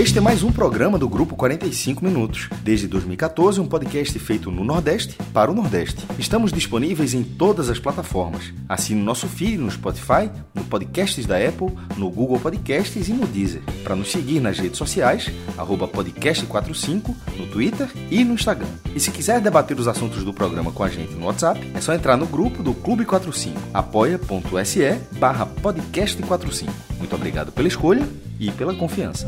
Este é mais um programa do Grupo 45 Minutos. Desde 2014, um podcast feito no Nordeste para o Nordeste. Estamos disponíveis em todas as plataformas. Assine nosso feed no Spotify, no Podcasts da Apple, no Google Podcasts e no Deezer. Para nos seguir nas redes sociais, @podcast45, no Twitter e no Instagram. E se quiser debater os assuntos do programa com a gente no WhatsApp, é só entrar no grupo do Clube 45, apoia.se/podcast45. Muito obrigado pela escolha e pela confiança.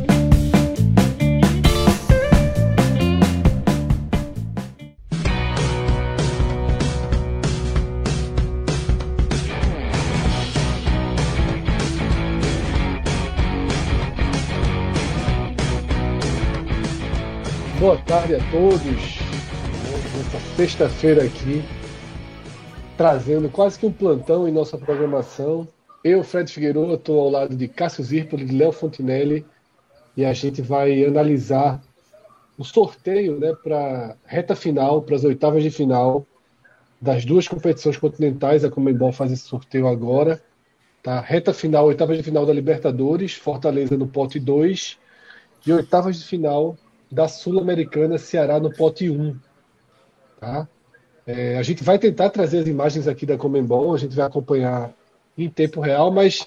Boa tarde a todos. Nessa sexta-feira aqui, trazendo quase que um plantão em nossa programação. Eu, Fred Figueiredo, estou ao lado de Cássio Zirpoli, de Léo Fontinelli, e a gente vai analisar o sorteio, né, para reta final, para as oitavas de final das duas competições continentais. A Conmebol faz esse sorteio agora. Tá? Reta final, oitavas de final da Libertadores, Fortaleza no pote 2, e oitavas de final da Sul-Americana, Ceará no pote 1. Tá? A gente vai tentar trazer as imagens aqui da Conmebol, a gente vai acompanhar em tempo real, mas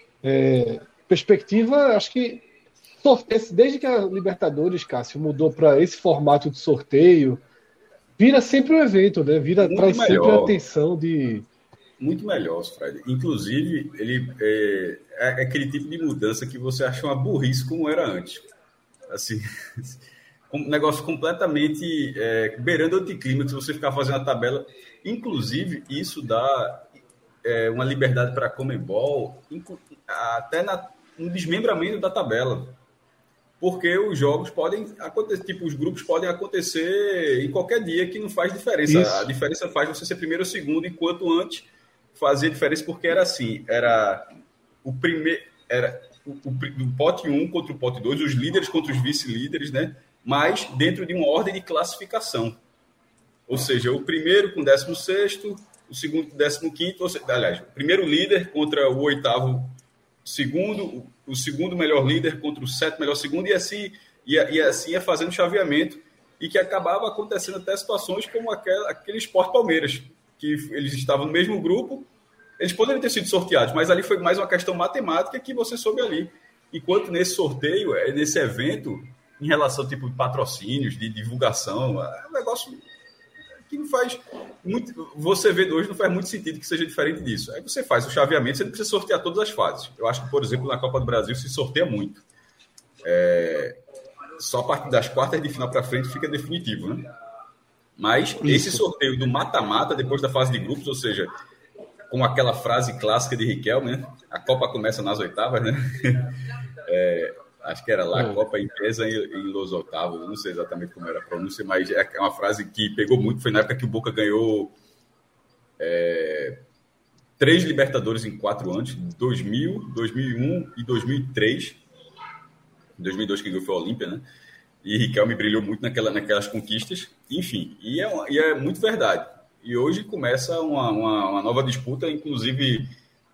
perspectiva, acho que desde que a Libertadores, Cássio, mudou para esse formato de sorteio, vira sempre um evento, né? Traz sempre a atenção de... Muito melhor, Fred. Inclusive, ele é aquele tipo de mudança que você acha uma burrice como era antes. Assim... um negócio completamente beirando anticlímax, você ficar fazendo a tabela. Inclusive, isso dá uma liberdade para a Conmebol, até um desmembramento da tabela. Porque os jogos podem acontecer, tipo, os grupos podem acontecer em qualquer dia, que não faz diferença. Isso. A diferença faz você ser primeiro ou segundo, enquanto antes fazia diferença, porque era assim, era o primeiro... Era o pote 1 contra o pote 2, os líderes contra os vice-líderes, né? Mas dentro de uma ordem de classificação. Ou seja, o primeiro com o 16º, o segundo com o 15º, aliás, o primeiro líder contra o oitavo segundo, o segundo melhor líder contra o sétimo melhor segundo, e assim ia fazendo chaveamento, e que acabava acontecendo até situações como aquele Sport Palmeiras, que eles estavam no mesmo grupo, eles poderiam ter sido sorteados, mas ali foi mais uma questão matemática que você soube ali. Enquanto nesse sorteio, nesse evento, em relação tipo de patrocínios, de divulgação, é um negócio que não faz muito... Você vê hoje, não faz muito sentido que seja diferente disso. Aí você faz o chaveamento, você não precisa sortear todas as fases. Eu acho que, por exemplo, na Copa do Brasil se sorteia muito. Só a partir das quartas de final para frente fica definitivo, né? Mas esse sorteio do mata-mata, depois da fase de grupos, ou seja, com aquela frase clássica de Riquelme, né? A Copa começa nas oitavas, né? Acho que era lá, a Copa empresa em los oitavos, não sei exatamente como era a pronúncia, mas é uma frase que pegou muito, foi na época que o Boca ganhou 3 Libertadores em 4 anos, 2000, 2001 e 2003. Em 2002 quem ganhou foi a Olímpia, né? E Riquelme brilhou muito naquelas conquistas, enfim, e é muito verdade. E hoje começa uma nova disputa, inclusive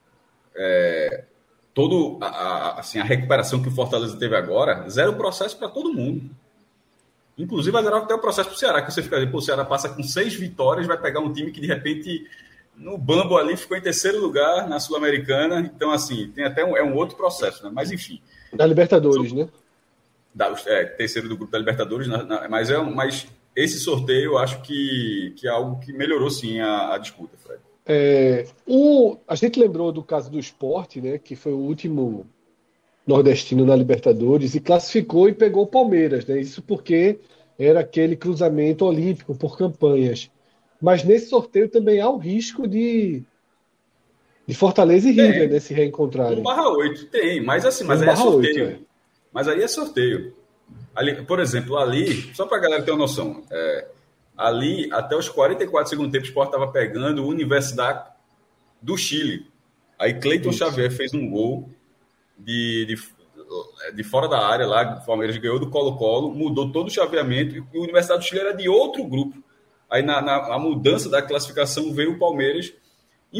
a recuperação que o Fortaleza teve agora, zera o processo para todo mundo. Inclusive vai zerar até o processo para o Ceará, que você fica ali, o Ceará passa com 6 vitórias, vai pegar um time que de repente no bambo ali ficou em terceiro lugar na Sul-Americana, então assim, tem até um outro processo, né? Mas enfim. Da Libertadores, né? Terceiro do grupo da Libertadores, mas esse sorteio eu acho que é algo que melhorou sim a disputa, Fred. A gente lembrou do caso do Sport, né, que foi o último nordestino na Libertadores e classificou e pegou o Palmeiras, né? Isso porque era aquele cruzamento olímpico por campanhas. Mas nesse sorteio também há o risco de Fortaleza e River, né, se reencontrarem. 1/8 tem, mas assim, aí é sorteio. Mas aí é sorteio. Ali, por exemplo, só para a galera ter uma noção, ali, até os 44 segundos tempo, o Sport estava pegando a Universidade do Chile. Aí Cleiton Xavier fez um gol de fora da área, lá, o Palmeiras ganhou do Colo-Colo, mudou todo o chaveamento, e a Universidade do Chile era de outro grupo. Aí, na mudança da classificação, veio o Palmeiras.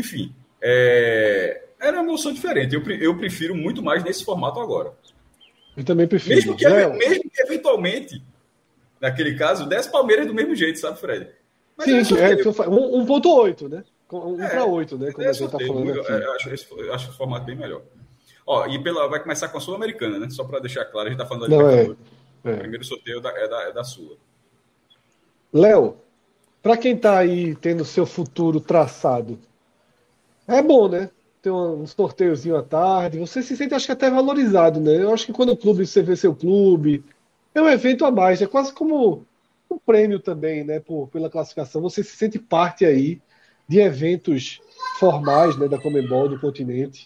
Enfim, era uma emoção diferente. Eu prefiro muito mais nesse formato agora. Eu também prefiro. Mesmo que eventualmente, naquele caso, 10 Palmeiras do mesmo jeito, sabe, Fred? Mas sim, 1.8, né? 1 para 8, né? Como a gente tá falando aqui. Eu acho o formato bem melhor. Ó, vai começar com a Sul-Americana, né? Só para deixar claro, a gente tá falando da Libertadores. O primeiro sorteio é da Sula. Léo, para quem tá aí tendo seu futuro traçado, é bom, né? Ter um sorteiozinho à tarde, você se sente, acho que até valorizado, né? Eu acho que quando você vê seu clube, é um evento a mais, é quase como um prêmio também, né? Pela classificação, você se sente parte aí de eventos formais, né? Da Conmebol, do continente.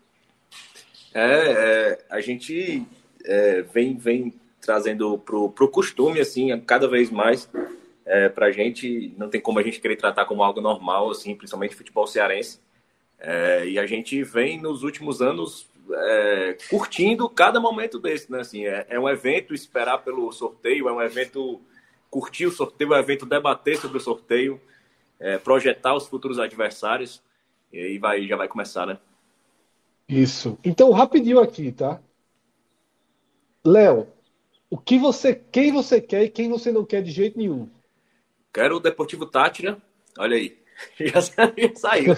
A gente vem trazendo pro costume, assim, cada vez mais. Pra gente, não tem como a gente querer tratar como algo normal, assim, principalmente futebol cearense. E a gente vem nos últimos anos curtindo cada momento desse, né? Assim, é um evento esperar pelo sorteio, é um evento curtir o sorteio, é um evento debater sobre o sorteio, projetar os futuros adversários, e aí já vai começar, né? Isso. Então, rapidinho aqui, tá? Léo, quem você quer e quem você não quer de jeito nenhum? Quero o Deportivo Táchira, olha aí. Já saiu.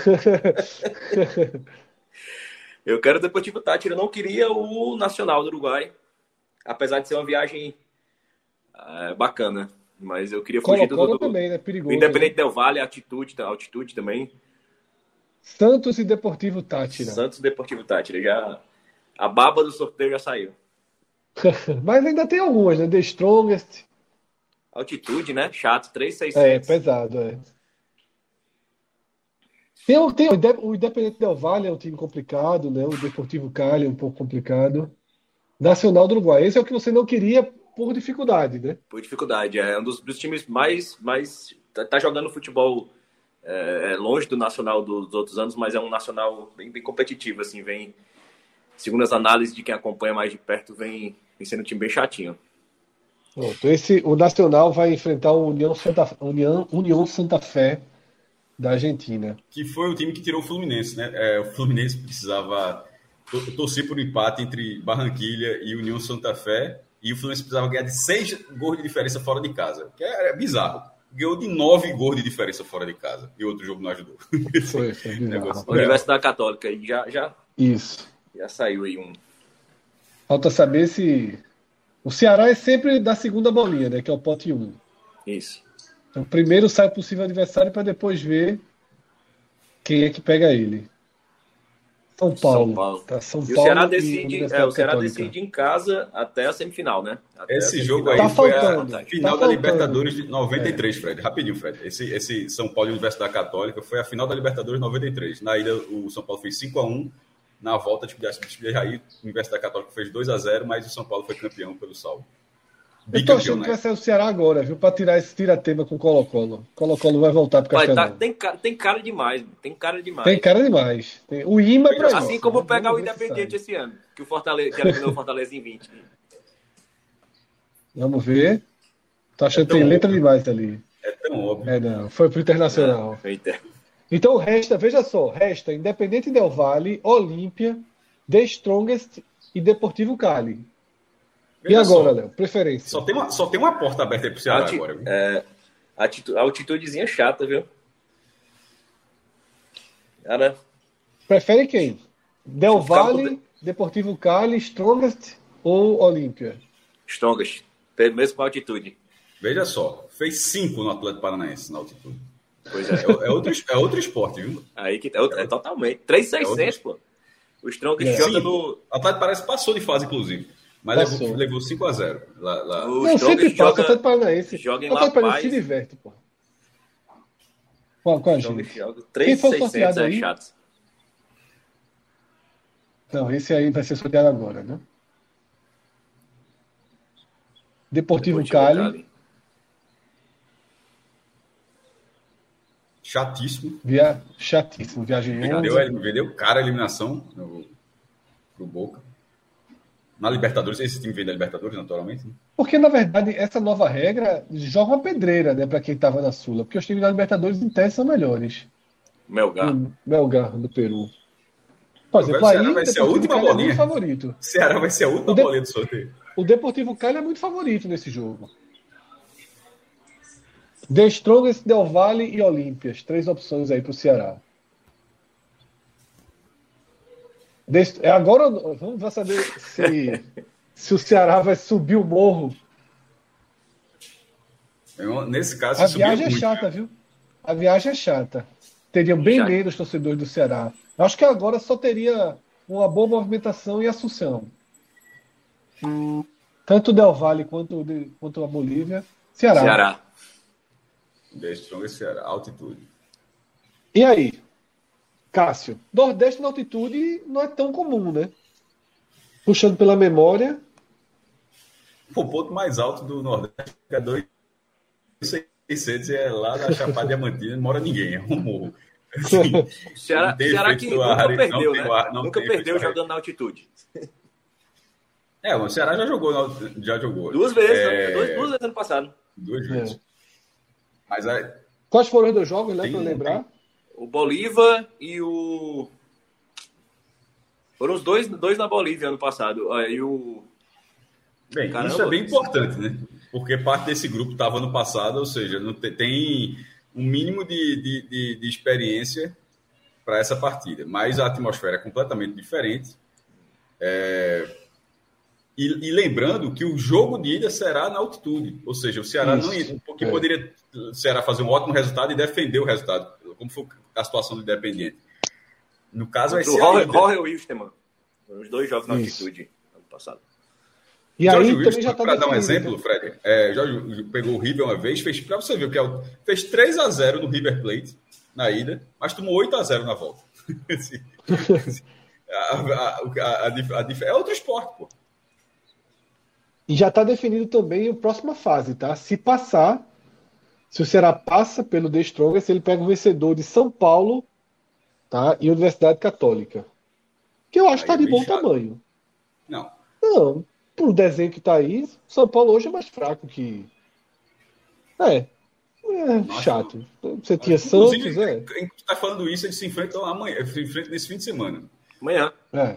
Eu quero o Deportivo Táchira. Eu não queria o Nacional do Uruguai, apesar de ser uma viagem bacana. Mas eu queria fugir do também, né? Perigoso, Independente Del Valle, altitude também. Santos e Deportivo Táchira. Santos e Deportivo Táchira. A baba do sorteio já saiu. Mas ainda tem algumas, né? The Strongest. Altitude, né? Chato, 3.600. Pesado, Tem o Independente Del Valle, é um time complicado, né? O Deportivo Cali é um pouco complicado. Nacional do Uruguai, esse é o que você não queria por dificuldade, né? Por dificuldade, é um dos times mais tá jogando futebol longe do Nacional dos outros anos, mas é um Nacional bem competitivo, assim, segundo as análises de quem acompanha mais de perto, vem sendo um time bem chatinho. Pronto, o Nacional vai enfrentar o União Santa Fé da Argentina. Que foi o time que tirou o Fluminense, né? O Fluminense precisava torcer por um empate entre Barranquilla e União Santa Fé, e o Fluminense precisava ganhar de 6 gols de diferença fora de casa, que é bizarro. Ganhou de 9 gols de diferença fora de casa, e outro jogo não ajudou. Foi bizarro. Universidade Católica, aí Isso. Já saiu aí um... Falta saber se... O Ceará é sempre da segunda bolinha, né? Que é o pote 1. Isso. Então, primeiro sai o possível adversário para depois ver quem é que pega ele. São Paulo. Tá, São Paulo. O Ceará decide em casa até a semifinal, né? Esse jogo aí foi a final da Libertadores de 93, Fred. Rapidinho, Fred. Esse São Paulo e Universidade Católica foi a final da Libertadores de 93. Na ida, o São Paulo fez 5-1. Na volta, aí, a Universidade Católica fez 2-0, mas o São Paulo foi campeão pelo saldo. Eu tô achando que vai ser o Ceará agora, viu? Pra tirar esse tira-tema com o Colo-Colo. Colo-Colo vai voltar pro campeonato. Tem cara demais. Tem cara demais. O IMA pra assim isso. Como pegar o Independiente esse ano, que o Fortaleza, que eliminou o Fortaleza em 20. Vamos ver. Tô achando que tem letra demais ali. É tão óbvio. Não. Foi pro Internacional. Então veja só, resta Independente Del Valle, Olímpia, The Strongest e Deportivo Cali. E agora, Léo? Preferência. Só tem uma porta aberta aí pro Ceará agora. Viu? A altitudezinha chata, viu? Cara... Prefere quem? Del Valle, Deportivo Cali, Strongest ou Olímpia? Strongest. Mesmo com altitude. Veja só, fez 5 no Atlético Paranaense na altitude. Pois é. É outro esporte, viu? Aí que totalmente. 3.600, pô. O Strongest joga no... O Atlético Paranaense passou de fase, inclusive. Mas levou 5-0. Lá. Não, sempre passa. O Atlético Paranaense. Joga em o Atlético Paranaense se diverte, pô. Qual a gente? 3.600 é chato. Não, esse aí vai ser sorteado agora, né? Deportivo Cali. Chatíssimo. Chatíssimo. Viagem Vendeu cara a eliminação pro Boca. Na Libertadores, esse time vem da Libertadores, naturalmente. Né? Porque, na verdade, essa nova regra joga uma pedreira, né, para quem estava na Sula. Porque os times da Libertadores, em tese, são melhores. Melgar, do Peru. Por exemplo, O aí Ceará o vai ser a Deportivo última Cali é bolinha. muito favorito. O Ceará vai ser a última bolinha do sorteio. O Deportivo Cali é muito favorito nesse jogo. The Strongest, Del Valle e Olímpias. 3 opções aí pro Ceará. Agora vamos saber se o Ceará vai subir o morro. Nesse caso, A viagem é chata, viu? A viagem é chata. Teriam bem menos torcedores do Ceará. Eu acho que agora só teria uma boa movimentação em Assunção. Tanto o Del Valle quanto a Bolívia. Ceará. The Strongest Ceará, altitude. E aí? Cássio, Nordeste na altitude não é tão comum, né? Puxando pela memória. O ponto mais alto do Nordeste é 2.600 é lá na Chapada Diamantina, não mora ninguém, é um morro. Assim, Ceará que nunca perdeu, né? Nunca perdeu jogando na altitude. O Ceará já jogou. 2 vezes, duas vezes ano passado. 2 vezes. Mas quais foram os 2 jogos, né, para lembrar? O Bolívar e o... Foram os dois na Bolívia ano passado. Bem, isso é bem importante, né? Porque parte desse grupo estava no passado, ou seja, não tem um mínimo de experiência para essa partida. Mas a atmosfera é completamente diferente. E lembrando que o jogo de ida será na altitude. Ou seja, o Ceará poderia o Ceará fazer um ótimo resultado e defender o resultado, como foi a situação do Independiente. No caso, vai ser Jorge Wilstermann. Os 2 jogos na altitude ano passado. E Jorge aí Wilson, também já está para dar um definido, exemplo, Fred, Jorge pegou o River uma vez, para você ver o que fez 3-0 no River Plate na ida, mas tomou 8-0 na volta. É outro esporte, pô. E já está definido também a próxima fase, tá? Se o Ceará passa pelo The Strongest, ele pega o vencedor de São Paulo, tá? E Universidade Católica. Que eu acho que está de bom tamanho. Não, pro desenho que tá aí, São Paulo hoje é mais fraco que... chato. Você tinha Santos, Quem está falando isso, eles se enfrentam amanhã, se enfrentam nesse fim de semana. Amanhã.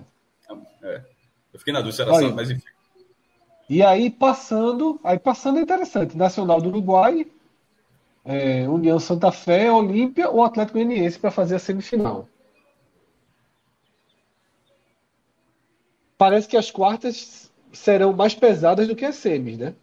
Eu fiquei na dúvida se era sábado, mas enfim. E aí passando é interessante. Nacional do Uruguai, União Santa Fé, Olímpia ou Atlético Goianiense para fazer a semifinal. Parece que as quartas serão mais pesadas do que as semis, né?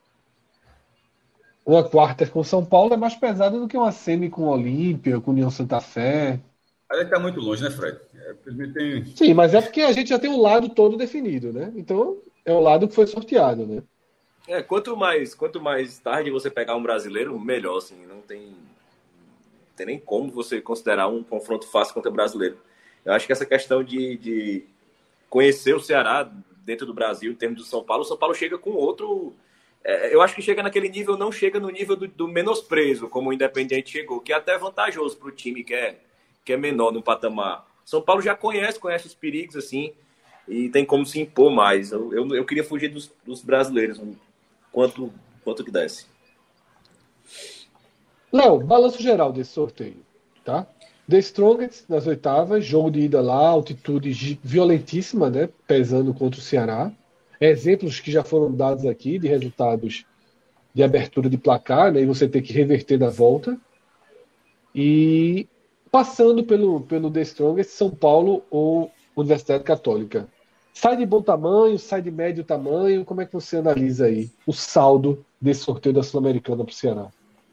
Uma quarta com São Paulo é mais pesada do que uma semi com Olímpia, com União Santa Fé. Mas ele tá muito longe, né, Fred? Sim, mas é porque a gente já tem o lado todo definido, né? Então, é o lado que foi sorteado, né? Quanto mais tarde você pegar um brasileiro, melhor, assim. Não tem nem como você considerar um confronto fácil contra o brasileiro. Eu acho que essa questão de conhecer o Ceará dentro do Brasil, em termos do São Paulo, o São Paulo chega com outro... eu acho que chega naquele nível, não chega no nível do menosprezo, como o Independiente chegou, que é até vantajoso para o time que é menor no patamar. São Paulo já conhece os perigos, assim, e tem como se impor mais. Eu queria fugir dos brasileiros, quanto que desce. Léo, balanço geral desse sorteio, tá? The Strongest nas oitavas, jogo de ida lá, altitude violentíssima, né? Pesando contra o Ceará. Exemplos que já foram dados aqui de resultados de abertura de placar, né? E você ter que reverter na volta. E passando pelo The Strongest, São Paulo ou Universidade Católica. Sai de bom tamanho, sai de médio tamanho, como é que você analisa aí o saldo desse sorteio da Sul-Americana para o Ceará?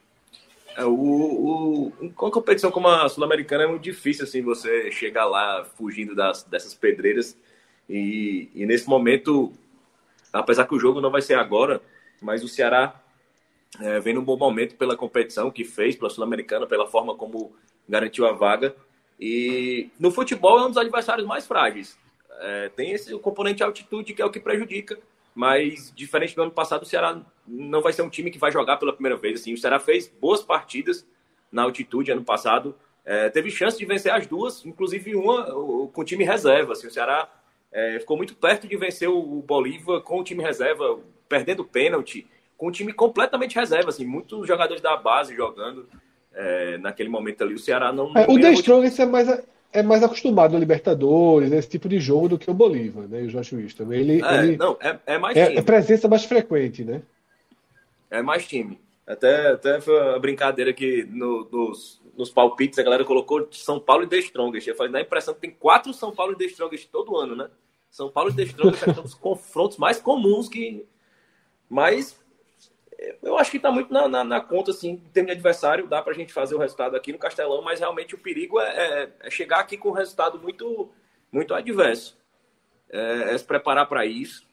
Com a competição como a Sul-Americana é muito difícil assim, você chegar lá fugindo dessas pedreiras e nesse momento, apesar que o jogo não vai ser agora, mas o Ceará vem num bom momento pela competição que fez, pela Sul-Americana, pela forma como garantiu a vaga, e no futebol é um dos adversários mais frágeis. Tem esse componente altitude que é o que prejudica, mas diferente do ano passado, o Ceará não vai ser um time que vai jogar pela primeira vez. Assim, o Ceará fez boas partidas na altitude ano passado, teve chance de vencer as duas, inclusive uma com time reserva. Assim, o Ceará ficou muito perto de vencer o Bolívar com o time reserva, perdendo pênalti, com o time completamente reserva. Assim, muitos jogadores da base jogando naquele momento ali. O Ceará não... o The Strongest é mais acostumado no Libertadores, esse tipo de jogo, do que o Bolívar, né? E o Jorge Wilstermann. Não, é mais time. É presença mais frequente, né? É mais time. Até foi a brincadeira que nos palpites a galera colocou São Paulo e The Strongest. Eu falei, dá a impressão que tem 4 São Paulo e The Strongest todo ano, né? São Paulo e The Strongest são os confrontos mais comuns que... Mas eu acho que tá muito na conta, assim, em termos de adversário, dá pra gente fazer o resultado aqui no Castelão, mas realmente o perigo é chegar aqui com um resultado muito, muito adverso. É se preparar para isso,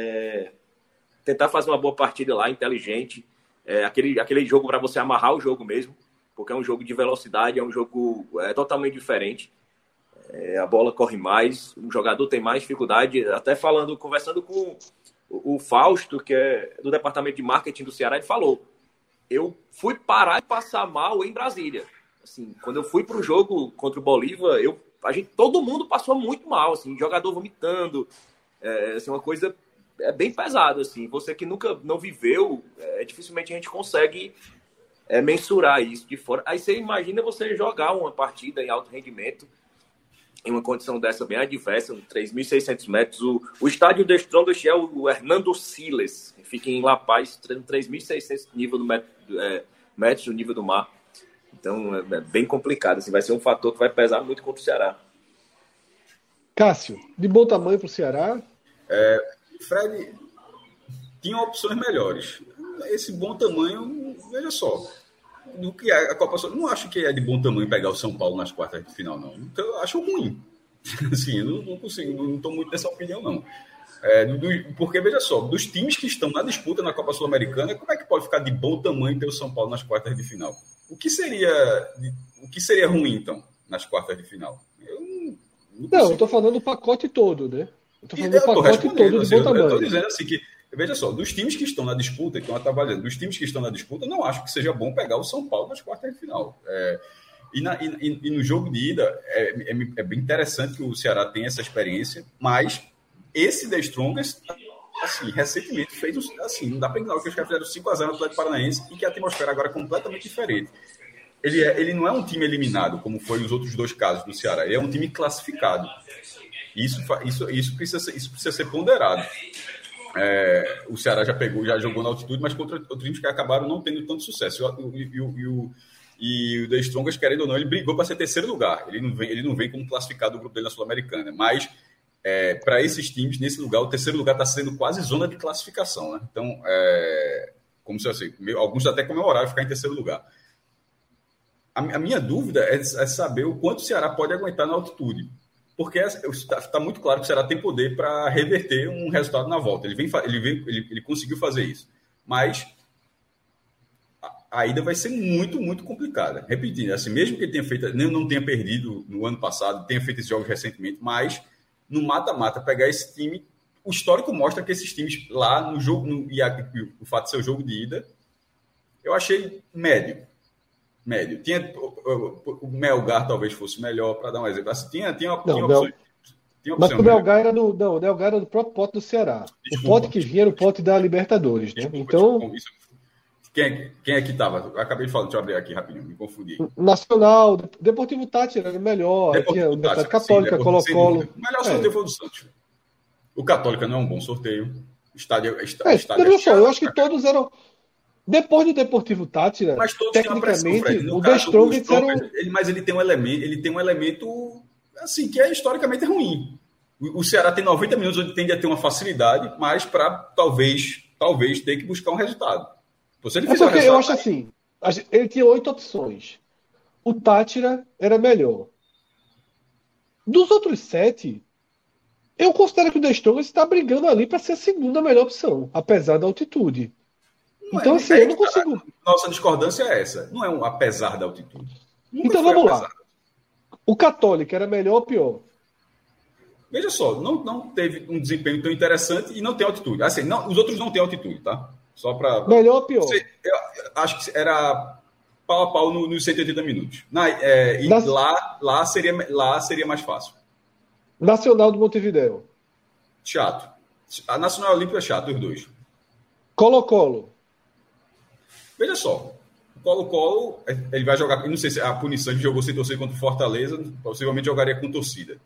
tentar fazer uma boa partida lá, inteligente, aquele jogo para você amarrar o jogo mesmo, porque é um jogo de velocidade, é um jogo totalmente diferente. A bola corre mais, o jogador tem mais dificuldade. Até conversando com o Fausto, que é do departamento de marketing do Ceará, ele falou: eu fui parar e passar mal em Brasília. Assim, quando eu fui para o jogo contra o Bolívar, todo mundo passou muito mal, assim, jogador vomitando, assim, uma coisa bem pesada, assim. Você que nunca não viveu, dificilmente a gente consegue mensurar isso de fora. Aí você imagina você jogar uma partida em alto rendimento em uma condição dessa bem adversa, 3.600 metros. O estádio The Strongest é o Hernando Siles, que fica em La Paz, 3.600 metros do nível do mar. Então, é bem complicado. Assim, vai ser um fator que vai pesar muito contra o Ceará. Cássio, de bom tamanho para o Ceará? Fred, tinha opções melhores. Esse bom tamanho, veja só, do que a Copa Sul, não acho que é de bom tamanho pegar o São Paulo nas quartas de final, não. Então, eu acho ruim. Assim, eu não consigo, não estou muito nessa opinião, não. Porque, veja só, dos times que estão na disputa na Copa Sul-Americana, como é que pode ficar de bom tamanho ter o São Paulo nas quartas de final? O que seria ruim, então, nas quartas de final? Eu estou falando do pacote todo, né? Eu estou falando do pacote todo de bom tamanho. Eu estou dizendo assim que, veja só, dos times que estão na disputa, que estão trabalhando, dos times que estão na disputa, não acho que seja bom pegar o São Paulo nas quartas de final. E no jogo de ida, é bem interessante que o Ceará tenha essa experiência, mas esse The Strongest, assim, recentemente fez, assim, não dá para ignorar que os caras fizeram 5-0 no Atlético Paranaense e que a atmosfera agora é completamente diferente. Ele não é um time eliminado, como foi os outros 2 casos do Ceará, ele é um time classificado. Isso precisa ser ponderado. O Ceará já jogou na altitude, mas contra outros times que acabaram não tendo tanto sucesso. E o The Strongest, querendo ou não, ele brigou para ser terceiro lugar. Ele não vem como classificado do grupo dele na Sul-Americana. Mas, para esses times, nesse lugar, o terceiro lugar está sendo quase zona de classificação. Né? Então, como se assim, alguns até comemoraram ficar em terceiro lugar. A minha dúvida é saber o quanto o Ceará pode aguentar na altitude. Porque está muito claro que o Ceará tem poder para reverter um resultado na volta. Ele conseguiu fazer isso. Mas a ida vai ser muito, muito complicada. Repetindo, assim, mesmo que ele não tenha perdido no ano passado, tenha feito esses jogos recentemente, mas no mata-mata, pegar esse time, o histórico mostra que esses times lá no jogo, e o fato de ser o jogo de ida, eu achei médio. O Melgar talvez fosse melhor, para dar um exemplo. Assim, tinha opções. Mas o Melgar era do próprio pote do Ceará. Desculpa, o pote que vinha era o pote da Libertadores. Né? Então, quem é que estava? Eu acabei de falar, deixa eu abrir aqui rapidinho, me confundi. Nacional, Deportivo Táchira era melhor. Tinha o Católica, Colo-Colo. O melhor sorteio foi o do Santos. O Católica não é um bom sorteio. Eu acho que todos eram. Depois do Deportivo Táchira, mas todos tecnicamente, o The Strongest era mas ele tem um elemento assim, que historicamente ruim. O Ceará tem 90 minutos onde tende a ter uma facilidade, mas para talvez ter que buscar um resultado. Se ele fizer porque eu acho assim, ele tinha 8 opções. O Táchira era melhor. Dos outros 7, eu considero que o The Strongest está brigando ali para ser a segunda melhor opção, apesar da altitude. Então, assim, eu não consigo. Nossa discordância é essa. Não é apesar da altitude. Então vamos lá. O Católica era melhor ou pior? Veja só, não teve um desempenho tão interessante e não tem altitude. Assim, os outros não têm altitude, tá? Só para. Melhor ou pior? Eu acho que era pau a pau nos 180 minutos. Lá seria mais fácil. Nacional do Montevidéu. Chato. A Nacional Olímpica é chato, os dois. Colo-Colo. Veja só, Colo-Colo, ele vai jogar, não sei se a punição que jogou sem torcida contra o Fortaleza, possivelmente jogaria com torcida.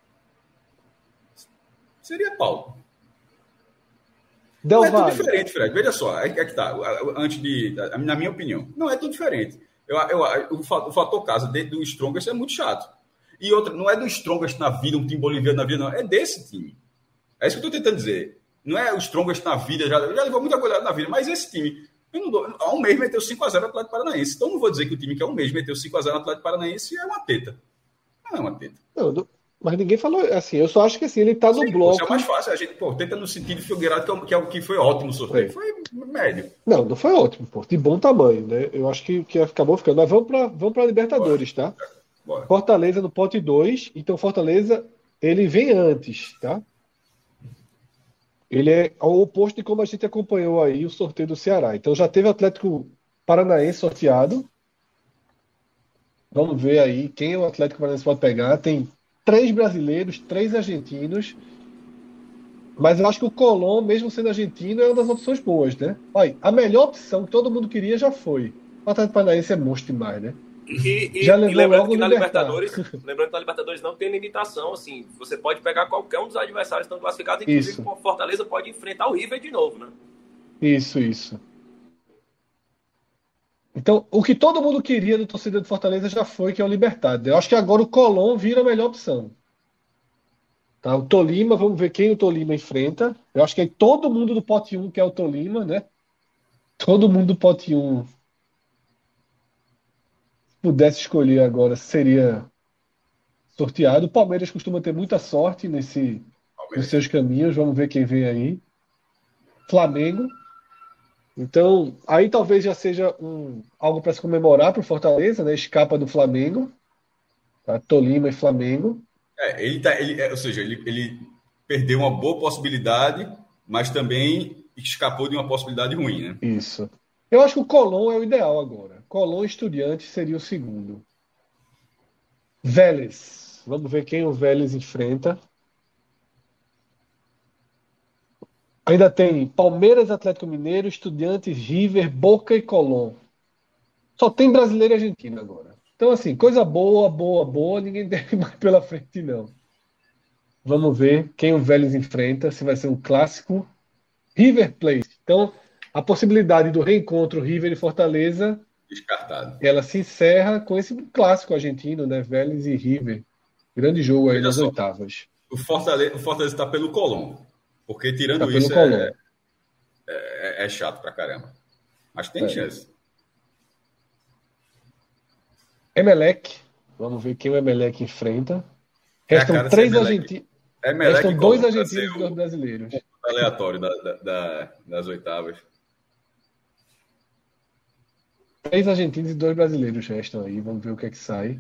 Seria pau. Não é tudo diferente, Fred. Veja só, é que tá. Na minha opinião, não é tudo diferente. O fator casa do Strongest é muito chato. E outra, não é do Strongest na vida, um time boliviano na vida, não. É desse time. É isso que eu estou tentando dizer. Não é o Strongest na vida, já levou muita goleada na vida, mas esse time, há um mês meteu 5x0 no Atlético Paranaense. Então não vou dizer que o time que há um mês meteu 5x0 no Atlético Paranaense é uma teta. Não é uma teta. Mas ninguém falou assim. Eu só acho que assim, ele tá no bloco. Isso é mais fácil. A gente, tenta no sentido de Figueirado, que é o que foi ótimo o sorteio. Foi médio. Não foi ótimo, pô. De bom tamanho, né? Eu acho que acabou ficando. Mas vamos pra Libertadores, tá? Bora. Fortaleza no pote 2. Então, Fortaleza, ele vem antes, tá? Ele é ao oposto de como a gente acompanhou aí o sorteio do Ceará. Então, já teve Atlético Paranaense sorteado. Vamos ver aí quem o Atlético Paranaense pode pegar. Tem 3 brasileiros, 3 argentinos. Mas eu acho que o Colón, mesmo sendo argentino, é uma das opções boas, né? Olha, a melhor opção que todo mundo queria já foi. O Atlético Paranaense é monstro demais, né? Já levou lembrando que na Libertadores não tem limitação, assim, você pode pegar qualquer um dos adversários que estão classificados, inclusive o Fortaleza pode enfrentar o River de novo, né? Isso. Então, o que todo mundo queria do torcedor do Fortaleza já foi, que é o Libertad. Eu acho que agora o Colón vira a melhor opção. Tá? O Tolima, vamos ver quem o Tolima enfrenta. Eu acho que é todo mundo do pote 1 que é o Tolima, né? Todo mundo do pote 1, pudesse escolher agora, seria sorteado. O Palmeiras costuma ter muita sorte nos seus caminhos. Vamos ver quem vem aí. Flamengo. Então, aí talvez já seja algo para se comemorar para o Fortaleza, né? Escapa do Flamengo. Tá? Tolima e Flamengo. Ou seja, ele perdeu uma boa possibilidade, mas também escapou de uma possibilidade ruim, né? Isso. Eu acho que o Colón é o ideal agora. Colón e Estudiantes seria o segundo. Vélez. Vamos ver quem o Vélez enfrenta. Ainda tem Palmeiras, Atlético Mineiro, Estudiantes, River, Boca e Colón. Só tem brasileiro e argentino agora. Então, assim, coisa boa, ninguém deve mais pela frente, não. Vamos ver quem o Vélez enfrenta, se vai ser um clássico. River Plate. Então, a possibilidade do reencontro River e Fortaleza, descartado. Ela se encerra com esse clássico argentino, né? Vélez e River. Grande jogo aí nas oitavas. O Fortaleza está pelo Colón. Porque tirando isso é chato pra caramba. Mas tem chance. Emelec. Vamos ver quem o Emelec enfrenta. Restam 3 argentinos. Restam 2 argentinos e 2 brasileiros. Aleatório das oitavas. 3 argentinos e 2 brasileiros restam aí. Vamos ver o que é que sai.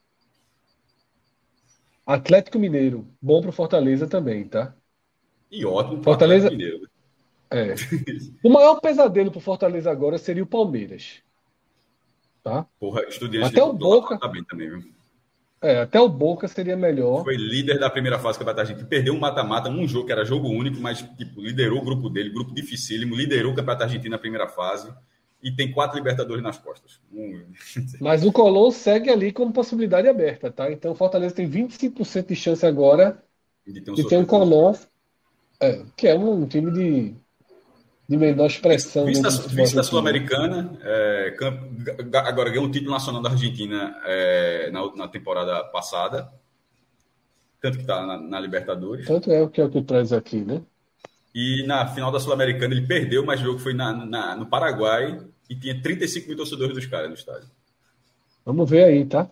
Atlético Mineiro. Bom pro Fortaleza também, tá? E ótimo pro Fortaleza. Atlético Mineiro. O maior pesadelo pro Fortaleza agora seria o Palmeiras. Tá? Porra, Estudiantes até o Boca tá bem também, viu? Até o Boca seria melhor. Foi líder da primeira fase do Campeonato Argentino. Perdeu um mata-mata num jogo que era jogo único, mas tipo, liderou o grupo dele, grupo dificílimo, liderou o Campeonato Argentino na primeira fase e tem 4 Libertadores nas costas. Mas o Colón segue ali como possibilidade aberta, tá? Então o Fortaleza tem 25% de chance agora de ter um Colón, que é um time de menor expressão. Vice da Sul-Americana, agora ganhou um título nacional da Argentina na temporada passada, tanto que está na Libertadores. Tanto é o que tu traz aqui, né? E na final da Sul-Americana ele perdeu, mas o jogo foi no Paraguai e tinha 35 mil torcedores dos caras no estádio. Vamos ver aí, tá?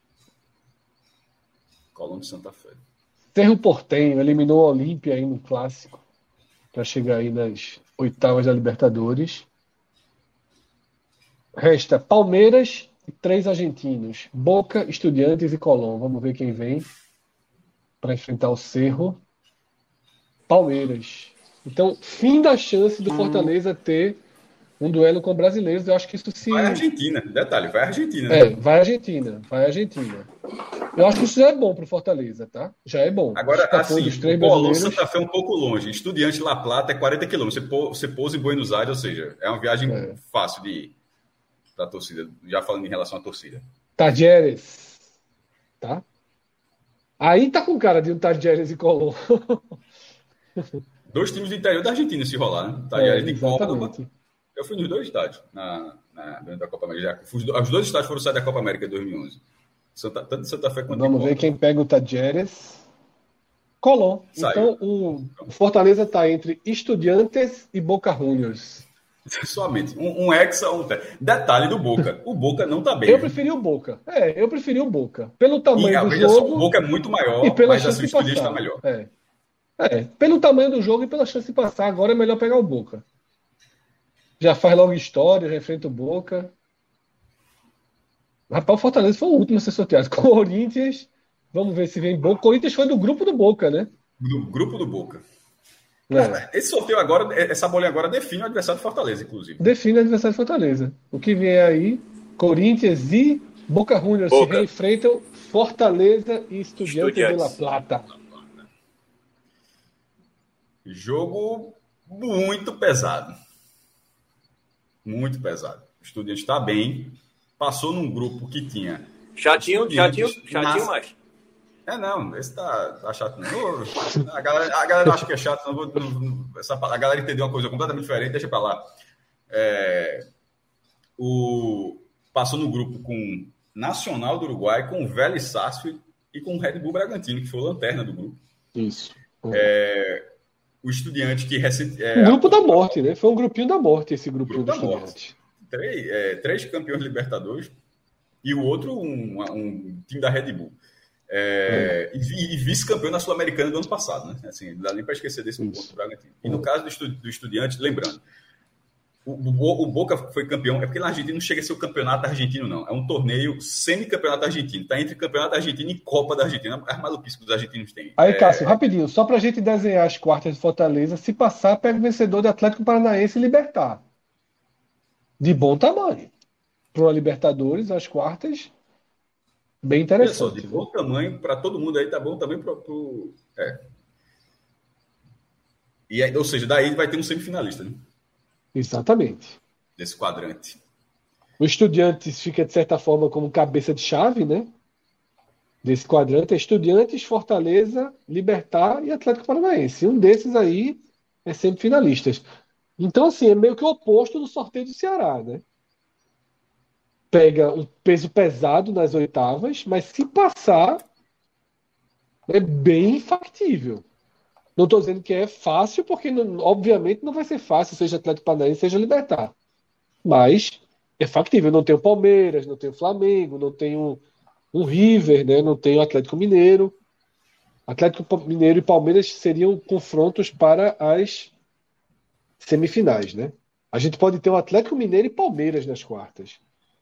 Colón de Santa Fé. Cerro Porteño eliminou o Olímpia aí no clássico para chegar aí nas oitavas da Libertadores. Resta Palmeiras e 3 argentinos. Boca, Estudiantes e Colón. Vamos ver quem vem para enfrentar o Cerro. Palmeiras. Então, fim da chance do Fortaleza ter um duelo com brasileiros. Eu acho que isso se... Vai à Argentina. Detalhe, vai à Argentina. Né? Vai à Argentina. Eu acho que isso já é bom para o Fortaleza, tá? Já é bom. Agora, assim, o Colón Santa Fé é um pouco longe. Estudiante La Plata é 40 quilômetros. Você pousa em Buenos Aires, ou seja, é uma viagem fácil de ir. a torcida, já falando em relação à torcida. Tajeres. Tá? Aí tá com cara de um Tajeres e Colón. 2 times do interior da Argentina se rolar, né? Tajeres de Córdoba. Exatamente. Eu fui nos 2 estádios dentro da Copa América. Os 2 estádios foram sair da Copa América em 2011. Tanto de Santa Fé quanto de Vamos ver Córdoba. quem pega o Tajeres. Colón. Saiu. Então, o Fortaleza está entre Estudiantes e Boca Juniors. Somente. Um hexa, detalhe do Boca. O Boca não tá bem. Eu preferi o Boca. Eu preferi o Boca. Pelo tamanho do veja jogo. Só, o Boca é muito maior, e pela mas chance assim, o de Estudiantes passar. está melhor. Pelo tamanho do jogo e pela chance de passar. Agora é melhor pegar o Boca. Já faz logo história, já enfrenta o Boca. Rapaz, o Fortaleza foi o último a ser sorteado. Corinthians. Vamos ver se vem Boca. Corinthians foi do grupo do Boca, né? Do grupo do Boca. Cara, esse sorteio agora, essa bolinha agora define o adversário do Fortaleza, inclusive. Define o adversário do Fortaleza. O que vem aí, Corinthians e Boca Juniors se reenfrentam, Fortaleza e Estudiantes de La Plata. Jogo muito pesado. Muito pesado. O Estudiantes está bem. Passou num grupo que tinha... Chatinho, mas... Não, esse tá chato não. A galera acha que é chato, a galera entendeu uma coisa completamente diferente, deixa pra lá. Passou no grupo com Nacional do Uruguai, com o Vélez Sarsfield e com o Red Bull Bragantino, que foi a lanterna do grupo. Isso. O Estudiante que recente... o grupo da morte, né? Foi um grupinho da morte esse grupinho do Estudiante. 3 campeões Libertadores e o outro um time da Red Bull. E vice-campeão na Sul-Americana do ano passado, né? Assim, não dá nem para esquecer desse ponto do Bragantino. E no caso do Estudiante, lembrando, o Boca foi campeão, é porque na Argentina não chega a ser o campeonato argentino, não. É um torneio semi-campeonato argentino. Está entre campeonato argentino e Copa da Argentina. As maluquices que os argentinos têm. Aí, Cássio, rapidinho, só para a gente desenhar as quartas de Fortaleza, se passar, pega o vencedor de Atlético Paranaense e Libertad. De bom tamanho. Para uma Libertadores, as quartas, bem interessante. Olha só, de bom tamanho, para todo mundo aí, tá bom também pro... Ou seja, daí vai ter um semifinalista, né? Exatamente. Desse quadrante. O Estudiantes fica, de certa forma, como cabeça de chave, né? Desse quadrante é Estudiantes, Fortaleza, Libertad e Atlético Paranaense. Um desses aí é semifinalistas. Então, assim, é meio que o oposto do sorteio do Ceará, né? Pega um peso pesado nas oitavas, mas se passar, é bem factível. Não estou dizendo que é fácil, porque obviamente não vai ser fácil, seja Atlético Paranaense, seja Libertad. Mas é factível. Não tem o Palmeiras, não tem o Flamengo, não tem um River, né? Não tem o Atlético Mineiro. Atlético Mineiro e Palmeiras seriam confrontos para as semifinais, né? A gente pode ter o Atlético Mineiro e Palmeiras nas quartas.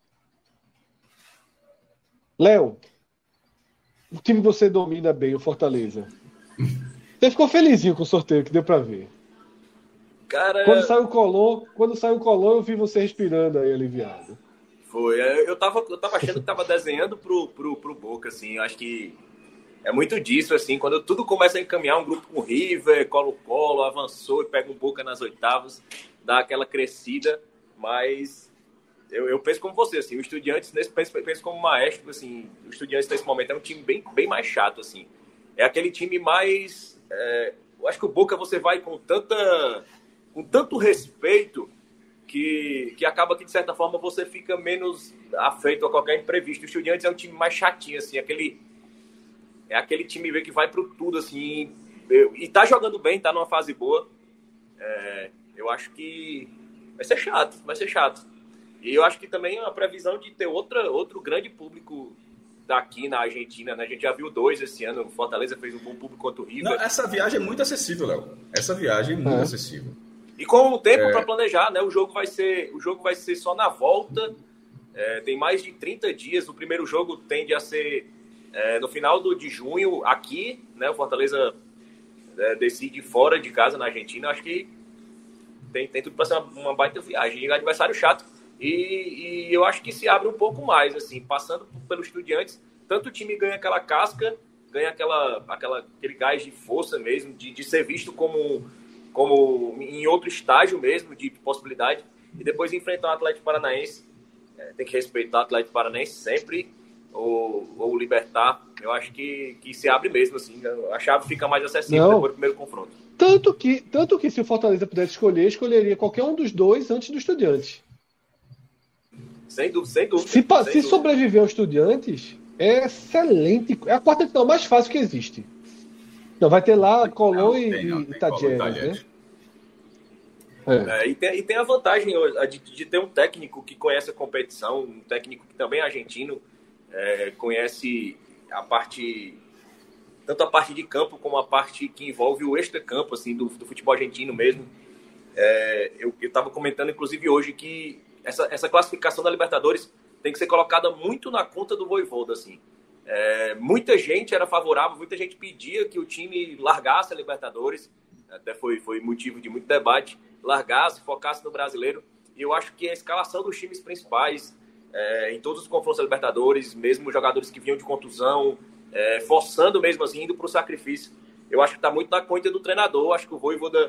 Léo, o time que você domina bem, o Fortaleza. Você ficou felizinho com o sorteio, que deu pra ver. Cara... Quando saiu o Colón, eu vi você respirando aí, aliviado. Foi. Eu tava achando que tava desenhando pro Boca, assim. Eu acho que é muito disso, assim. Quando tudo começa a encaminhar, um grupo com River, Colo-Colo, avançou e pega um Boca nas oitavas, dá aquela crescida, mas... Eu penso como você, assim, o Estudiantes, penso como maestro, assim, o Estudiantes nesse momento é um time bem mais chato, assim. É aquele time mais... eu acho que o Boca você vai com tanto respeito que acaba que, de certa forma, você fica menos afeito a qualquer imprevisto. O Estudiantes é um time mais chatinho, assim, é aquele time que vai pro tudo, assim, e tá jogando bem, tá numa fase boa. Eu acho que vai ser chato. E eu acho que também a previsão de ter outro grande público daqui na Argentina, né? A gente já viu 2 esse ano. O Fortaleza fez um bom público contra o River. Não, essa viagem é muito acessível, Léo. Essa viagem é muito acessível. E com o tempo para planejar, né? O jogo vai ser só na volta. Tem mais de 30 dias. O primeiro jogo tende a ser no final de junho aqui, né? O Fortaleza decide fora de casa na Argentina. Eu acho que tem tudo para ser uma baita viagem. E adversário chato. E eu acho que se abre um pouco mais, assim, passando pelos Estudiantes, tanto o time ganha aquela casca, ganha aquele gás de força mesmo, de ser visto como em outro estágio mesmo, de possibilidade, e depois enfrentar o Atlético Paranaense, tem que respeitar o Atlético Paranaense sempre, ou o Libertad. Eu acho que se abre mesmo, assim, a chave fica mais acessível depois do primeiro confronto. Tanto que se o Fortaleza pudesse escolher, escolheria qualquer um dos dois antes do Estudiantes. Sem dúvida. Se sobreviver ao Estudiantes, é excelente. É a quarta final mais fácil que existe. Então vai ter lá Colón e Tajeres, né? E tem a vantagem de ter um técnico que conhece a competição, um técnico que também é argentino, conhece tanto a parte de campo como a parte que envolve o extra-campo, assim, do futebol argentino mesmo. Eu estava comentando, inclusive, hoje que essa classificação da Libertadores tem que ser colocada muito na conta do Vojvoda, assim. Muita gente era favorável, muita gente pedia que o time largasse a Libertadores, até foi motivo de muito debate, largasse, focasse no brasileiro, e eu acho que a escalação dos times principais, em todos os confrontos da Libertadores, mesmo jogadores que vinham de contusão, forçando mesmo assim, indo para o sacrifício, eu acho que está muito na conta do treinador. Acho que o Vojvoda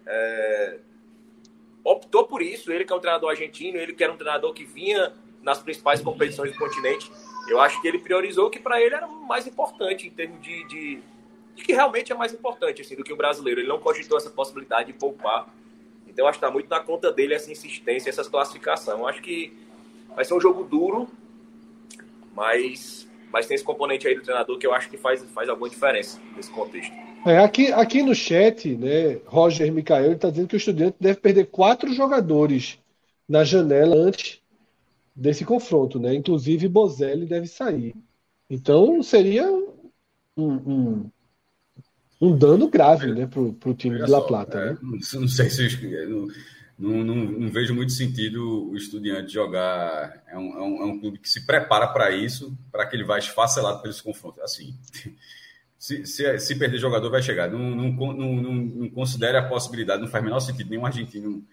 optou por isso, ele que é um treinador argentino, ele que era um treinador que vinha nas principais competições do continente. Eu acho que ele priorizou o que para ele era mais importante, em termos de que realmente é mais importante assim, do que o brasileiro. Ele não cogitou essa possibilidade de poupar. Então, acho que está muito na conta dele essa insistência, essa classificação. Eu acho que vai ser um jogo duro, mas tem esse componente aí do treinador que eu acho que faz alguma diferença nesse contexto. Aqui no chat, né, Roger Micael está dizendo que o Estudiante deve perder 4 jogadores na janela antes desse confronto, né? Inclusive Bozelli deve sair. Então seria um dano grave, né, pro time de La Plata. Né? Não sei se não vejo muito sentido o Estudiante jogar. É um clube que se prepara para isso, para que ele vá esfacelado pelos confrontos. Assim, se perder jogador, vai chegar. Não considere a possibilidade, não faz o menor sentido nenhum argentino.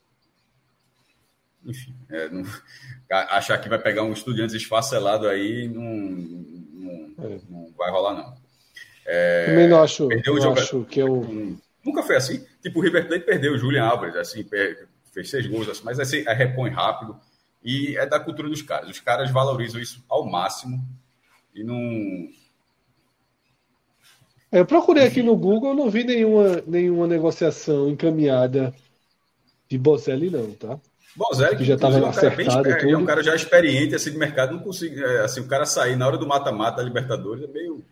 Enfim, achar que vai pegar um Estudiantes esfacelado aí não vai rolar, não. Também não acho, que eu... Nunca foi assim. Tipo, o River Plate perdeu o Julian Álvares, assim, fez 6 gols, assim, mas assim, repõe rápido. E é da cultura dos caras. Os caras valorizam isso ao máximo e não... Eu procurei aqui no Google, não vi nenhuma negociação encaminhada de Bozelli, não, tá? Bozelli, que já estava acertado tudo. É um cara já experiente assim, de mercado, não consigo... assim, o cara sair na hora do mata-mata da Libertadores é meio...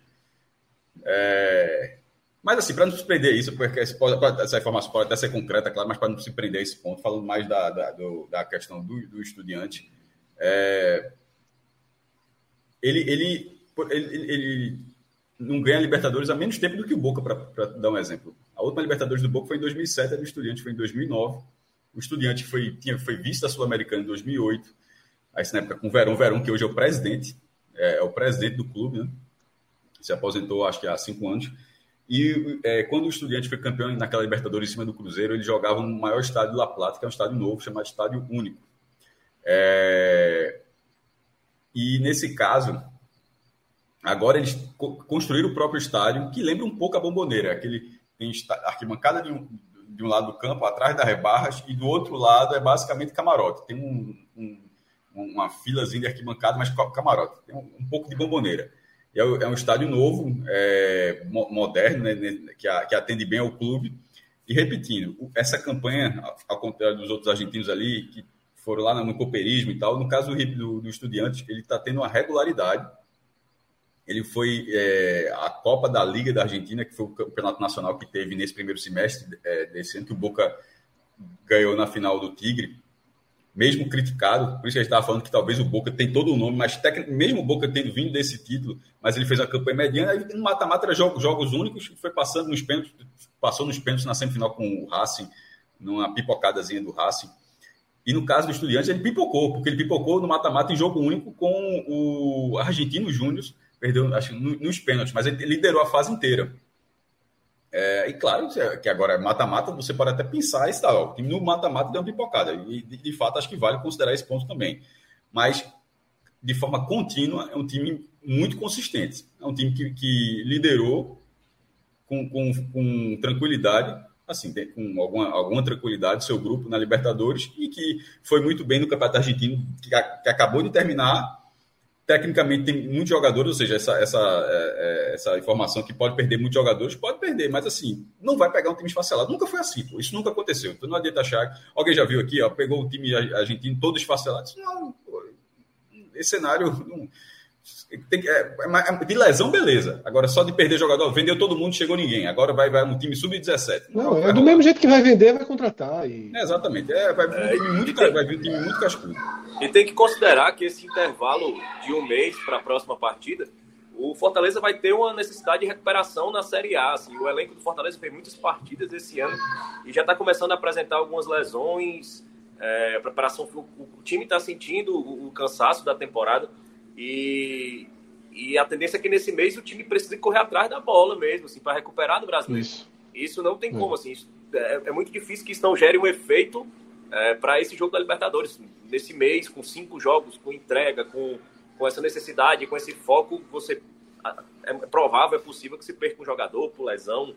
Mas assim, para não se prender isso, porque essa informação pode até ser concreta, claro, mas para não se prender a esse ponto, falando mais da questão do Estudiante, ele não ganha a Libertadores há menos tempo do que o Boca, para dar um exemplo. A última Libertadores do Boca foi em 2007, a do Estudiante foi em 2009. O Estudiante foi vice da Sul-Americana em 2008, aí na época com o Verón, que hoje é o presidente, é o presidente do clube, né? Se aposentou, acho que há 5 anos. E quando o Estudiante foi campeão naquela Libertadores em cima do Cruzeiro, ele jogava no maior estádio de La Plata, que é um estádio novo, chamado Estádio Único. E nesse caso, agora eles construíram o próprio estádio, que lembra um pouco a Bombonera. Tem arquibancada de um lado do campo, atrás das rebarras, e do outro lado é basicamente camarote. Tem uma filazinha de arquibancada, mas camarote. Tem um pouco de Bombonera. É um estádio novo, moderno, né, que atende bem ao clube. E repetindo, essa campanha, ao contrário dos outros argentinos ali, que foram lá no cooperismo e tal, no caso do Estudiantes, ele está tendo uma regularidade. Ele foi a Copa da Liga da Argentina, que foi o campeonato nacional que teve nesse primeiro semestre desse ano, que o Boca ganhou na final do Tigre. Mesmo criticado, por isso que a gente estava falando que talvez o Boca tem todo o nome, mas mesmo o Boca tendo vindo desse título, mas ele fez uma campanha mediana, aí no mata-mata era jogos únicos, foi passando nos pênaltis, passou nos pênaltis na semifinal com o Racing, numa pipocadazinha do Racing. E no caso do Estudiantes, ele pipocou, porque ele pipocou no mata-mata em jogo único com o Argentino Júnior, perdeu, acho, nos pênaltis, mas ele liderou a fase inteira. E claro que agora mata-mata, você pode até pensar isso, o time no mata-mata deu uma pipocada, e de fato acho que vale considerar esse ponto também. Mas, de forma contínua, é um time muito consistente. É um time que liderou com tranquilidade assim, com alguma tranquilidade, seu grupo na Libertadores, e que foi muito bem no Campeonato Argentino, que acabou de terminar. Tecnicamente tem muitos jogadores, ou seja, essa informação que pode perder muitos jogadores, pode perder, mas assim, não vai pegar um time esfacelado. Nunca foi assim, pô. Isso nunca aconteceu. Então não adianta achar. Alguém já viu aqui, ó, pegou o time argentino todo esfacelado. Não, pô, esse cenário não, de lesão, beleza. Agora só de perder jogador, vendeu todo mundo, chegou ninguém. Agora vai um time sub-17. Não, é do mesmo jeito que vai vender, vai contratar. Exatamente. Vai vir um time muito cascudo. E tem que considerar que esse intervalo de um mês para a próxima partida, o Fortaleza vai ter uma necessidade de recuperação na Série A. Assim, o elenco do Fortaleza fez muitas partidas esse ano e já está começando a apresentar algumas lesões. A preparação, o time está sentindo o cansaço da temporada e a tendência é que nesse mês o time precise correr atrás da bola mesmo, assim, para recuperar no Brasileiro. Isso não tem como, assim, é muito difícil que isso não gere um efeito para esse jogo da Libertadores. Nesse mês, com 5 jogos, com entrega, com essa necessidade, com esse foco, é provável, é possível que se perca um jogador por lesão,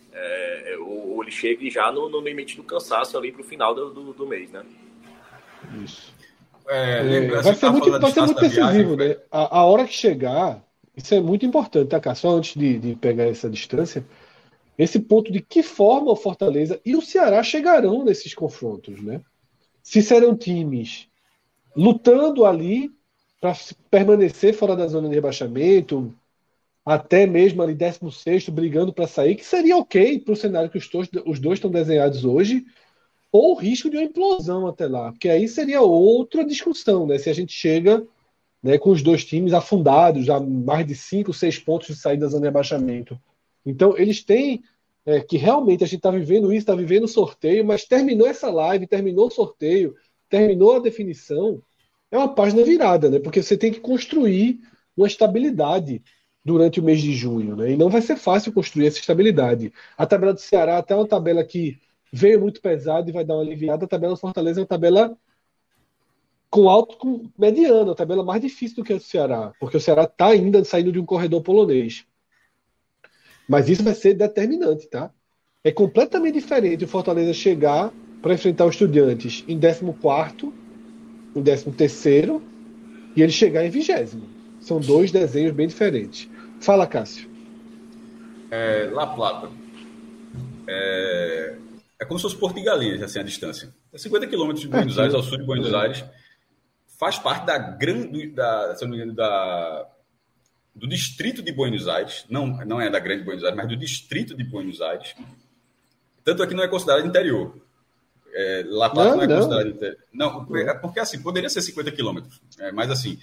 ou ele chegue já no limite do cansaço ali para o final do mês, né? Isso. Vai ser muito decisivo, né? A hora que chegar, isso é muito importante, tá, cara? Só antes de pegar essa distância, esse ponto de que forma o Fortaleza e o Ceará chegarão nesses confrontos, né? Se serão times lutando ali para permanecer fora da zona de rebaixamento, até mesmo ali 16º, brigando para sair, que seria ok para o cenário que os dois estão desenhados hoje, ou o risco de uma implosão até lá, porque aí seria outra discussão, né? Se a gente chega, né, com os dois times afundados, já mais de 5, 6 pontos de saída da zona de rebaixamento. Então, eles têm que realmente a gente está vivendo isso, está vivendo o sorteio, mas terminou essa live, terminou o sorteio, terminou a definição, é uma página virada, né? Porque você tem que construir uma estabilidade durante o mês de junho, né? E não vai ser fácil construir essa estabilidade. A tabela do Ceará até é uma tabela que veio muito pesada e vai dar uma aliviada. A tabela do Fortaleza é uma tabela com alto, com mediano, a tabela mais difícil do que a do Ceará, porque o Ceará está ainda saindo de um corredor polonês. Mas isso vai ser determinante, tá? É completamente diferente o Fortaleza chegar para enfrentar os Estudiantes em 14º, em 13º, e ele chegar em 20º. São dois desenhos bem diferentes. Fala, Cássio. La Plata. É como se fosse Porto e Galinhas, assim, a distância. É 50 quilômetros de Buenos Aires, ao sul de Buenos Aires. Faz parte se não me engano, do distrito de Buenos Aires. Não é da grande Buenos Aires, mas do distrito de Buenos Aires. Tanto é que não é considerado interior. La Plata não é considerado interior. Não, porque assim, poderia ser 50 quilômetros. Mas assim...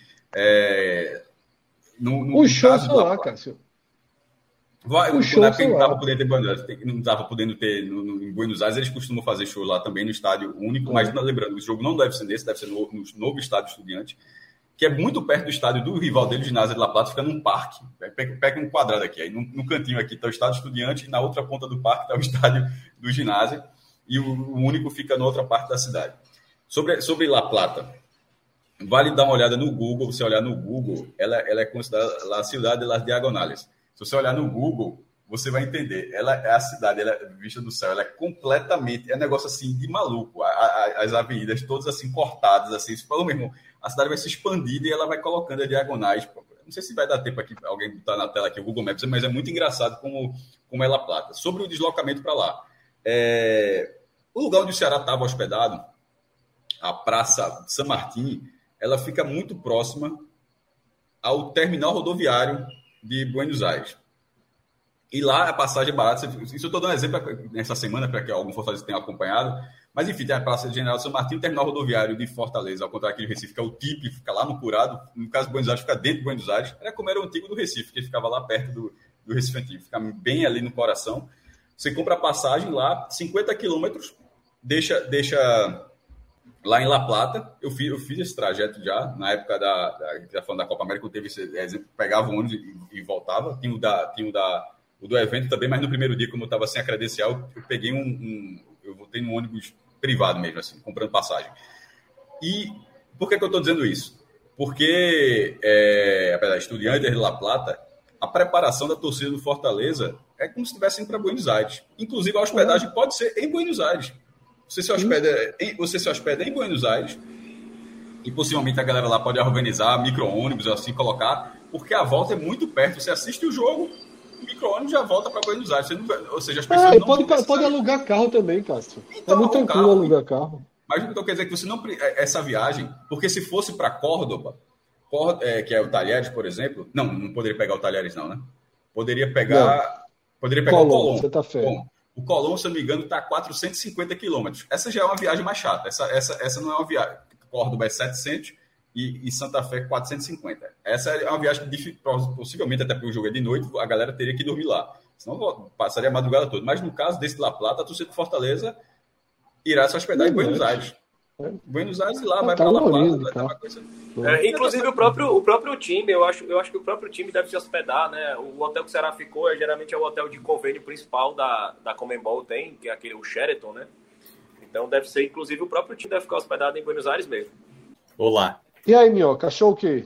o show só lá, Cássio. O show não estava podendo ter Buenos Aires, não estava podendo ter em Buenos Aires, eles costumam fazer show lá também no estádio único, mas lembrando, o jogo não deve ser nesse, deve ser no novo estádio Estudiante, que é muito perto do estádio do rival dele, o Ginásio de La Plata, fica num parque. Pega um quadrado aqui, aí no cantinho aqui está o estádio Estudiante e na outra ponta do parque está o estádio do ginásio e o único fica na outra parte da cidade. Sobre La Plata, vale dar uma olhada no Google. Se olhar no Google, ela é considerada a cidade de las Diagonales. Se você olhar no Google, você vai entender. Ela é a cidade, ela é vista do céu, ela é completamente... É um negócio assim de maluco. As avenidas todas assim cortadas, assim. Pelo mesmo, a cidade vai se expandindo e ela vai colocando as diagonais. Não sei se vai dar tempo aqui para alguém botar na tela aqui o Google Maps, mas é muito engraçado como é La Plata. Sobre o deslocamento para lá. O lugar onde o Ceará estava hospedado, a Praça San Martín, ela fica muito próxima ao terminal rodoviário de Buenos Aires. E lá a passagem é barata. Isso eu estou dando exemplo nessa semana para que algum Fortaleza tenha acompanhado. Mas enfim, tem a Praça General San Martín, o terminal rodoviário de Fortaleza, ao contrário aqui de Recife, que é o TIP, fica lá no Curado. No caso de Buenos Aires, fica dentro de Buenos Aires. Era como era o antigo do Recife, que ficava lá perto do Recife Antigo, fica bem ali no coração. Você compra a passagem lá, 50 quilômetros, deixa lá em La Plata. Eu fiz esse trajeto já, na época da Copa América, eu teve esse exemplo, pegava o ônibus e voltava. Tinha o do evento também, mas no primeiro dia, como eu estava sem a credencial, eu peguei eu voltei num ônibus privado mesmo, assim, comprando passagem. E por que eu estou dizendo isso? Porque, apesar de Estudiantes de La Plata, a preparação da torcida do Fortaleza é como se estivesse indo para Buenos Aires. Inclusive, a hospedagem pode ser em Buenos Aires. Você se hospeda em Buenos Aires e possivelmente a galera lá pode organizar micro-ônibus, assim, colocar, porque a volta é muito perto. Você assiste o jogo, o micro-ônibus já volta para Buenos Aires. Ou seja, as pessoas não pode alugar carro também, Cássio. Então, é muito tranquilo alugar carro. Mas então quer dizer que você não... Essa viagem, porque se fosse para Córdoba, que é o Talheres, por exemplo... Não poderia pegar o Talheres, não, né? Poderia pegar o Colón. Bom, o Colón, se eu não me engano, está a 450 quilômetros. Essa já é uma viagem mais chata. Essa não é uma viagem. Córdoba é 700 e Santa Fé 450. Essa é uma viagem que possivelmente, até porque o jogo é de noite, a galera teria que dormir lá. Senão passaria a madrugada toda. Mas no caso desse La Plata, a torcida do Fortaleza irá se hospedar em Buenos Aires. Buenos Aires e lá vai para La Plata. Inclusive o próprio time, eu acho que o próprio time deve se hospedar, né? O hotel que o Ceará ficou geralmente é o hotel de convênio principal da Conmebol, que é o Sheraton, né? Então deve ser, inclusive, o próprio time deve ficar hospedado em Buenos Aires mesmo. Olá. E aí, Minhoca, achou o quê?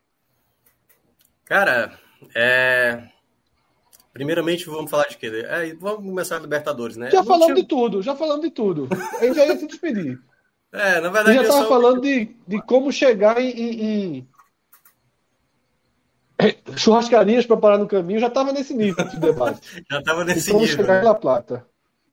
Cara, primeiramente vamos falar de quê? Vamos começar a Libertadores, né? Já falamos de tudo. A gente já ia se despedir. Na verdade... Já estava falando de como chegar em churrascarias para parar no caminho, já estava nesse nível de debate. Já estava nesse nível. Como chegar né? em La Plata.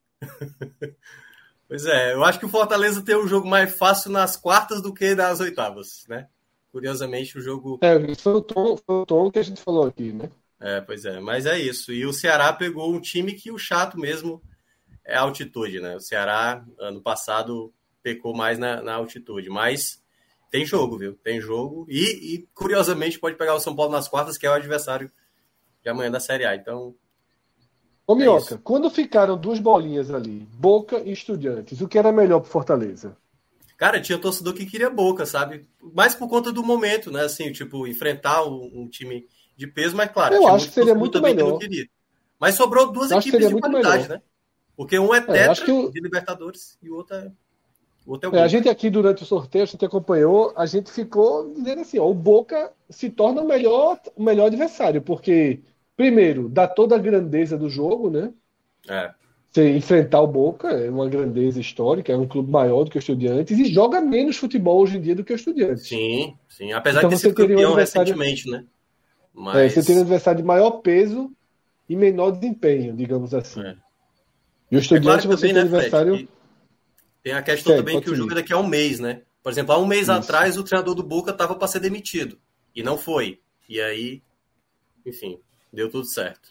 Pois eu acho que o Fortaleza tem um jogo mais fácil nas quartas do que nas oitavas, né? Curiosamente, o jogo... Foi o tom que a gente falou aqui, né? Pois mas é isso. E o Ceará pegou um time que o chato mesmo é a altitude, né? O Ceará, ano passado, pecou mais na altitude. Mas tem jogo, viu? Tem jogo. E, curiosamente, pode pegar o São Paulo nas quartas, que é o adversário de amanhã da Série A. Então... Ô, Minhoca, quando ficaram duas bolinhas ali, Boca e Estudiantes, o que era melhor pro Fortaleza? Cara, tinha torcedor que queria Boca, sabe? Mais por conta do momento, né? Assim, tipo, enfrentar um time de peso, mas claro, eu acho que seria muito melhor. Que não queria. Mas sobrou duas equipes de qualidade, né? Porque um é tetra de Libertadores e o outro é o Boca. A gente aqui, durante o sorteio, a gente acompanhou, a gente ficou dizendo assim, o Boca se torna o melhor adversário, porque... Primeiro, dá toda a grandeza do jogo, né? Você enfrentar o Boca é uma grandeza histórica, é um clube maior do que o Estudiantes e joga menos futebol hoje em dia do que o Estudiantes. Sim. Apesar de ter sido campeão recentemente, né? Mas... você tem um adversário de maior peso e menor desempenho, digamos assim. E o Estudiantes claro você também, tem um adversário... Fred, tem a questão também que o jogo é daqui a um mês, né? Por exemplo, há um mês atrás o treinador do Boca estava para ser demitido e não foi. E aí, enfim... Deu tudo certo.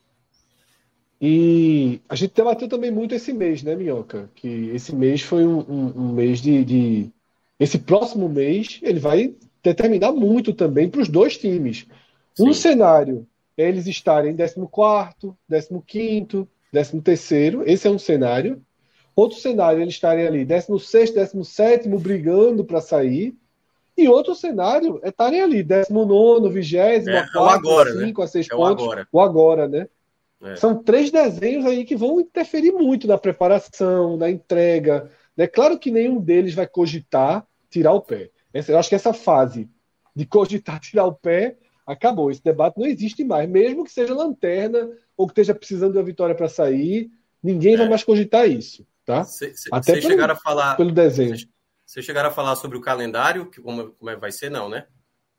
E a gente debateu também muito esse mês, né, Minhoca? Que esse mês foi um mês de... Esse próximo mês, ele vai determinar muito também para os dois times. Sim. Um cenário é eles estarem em 14º, 15º, 13º. Esse é um cenário. Outro cenário é eles estarem ali 16º, 17º, brigando para sair. E outro cenário é estarem ali, 19º, 20º, 4º, 5 a 6 pontos. O agora, né? São 3 desenhos aí que vão interferir muito na preparação, na entrega. É claro que nenhum deles vai cogitar tirar o pé. Eu acho que essa fase de cogitar tirar o pé acabou. Esse debate não existe mais. Mesmo que seja lanterna ou que esteja precisando de uma vitória para sair, ninguém vai mais cogitar isso. Tá? Até chegaram a falar pelo desenho. Vocês chegaram a falar sobre o calendário, que como vai ser, não, né?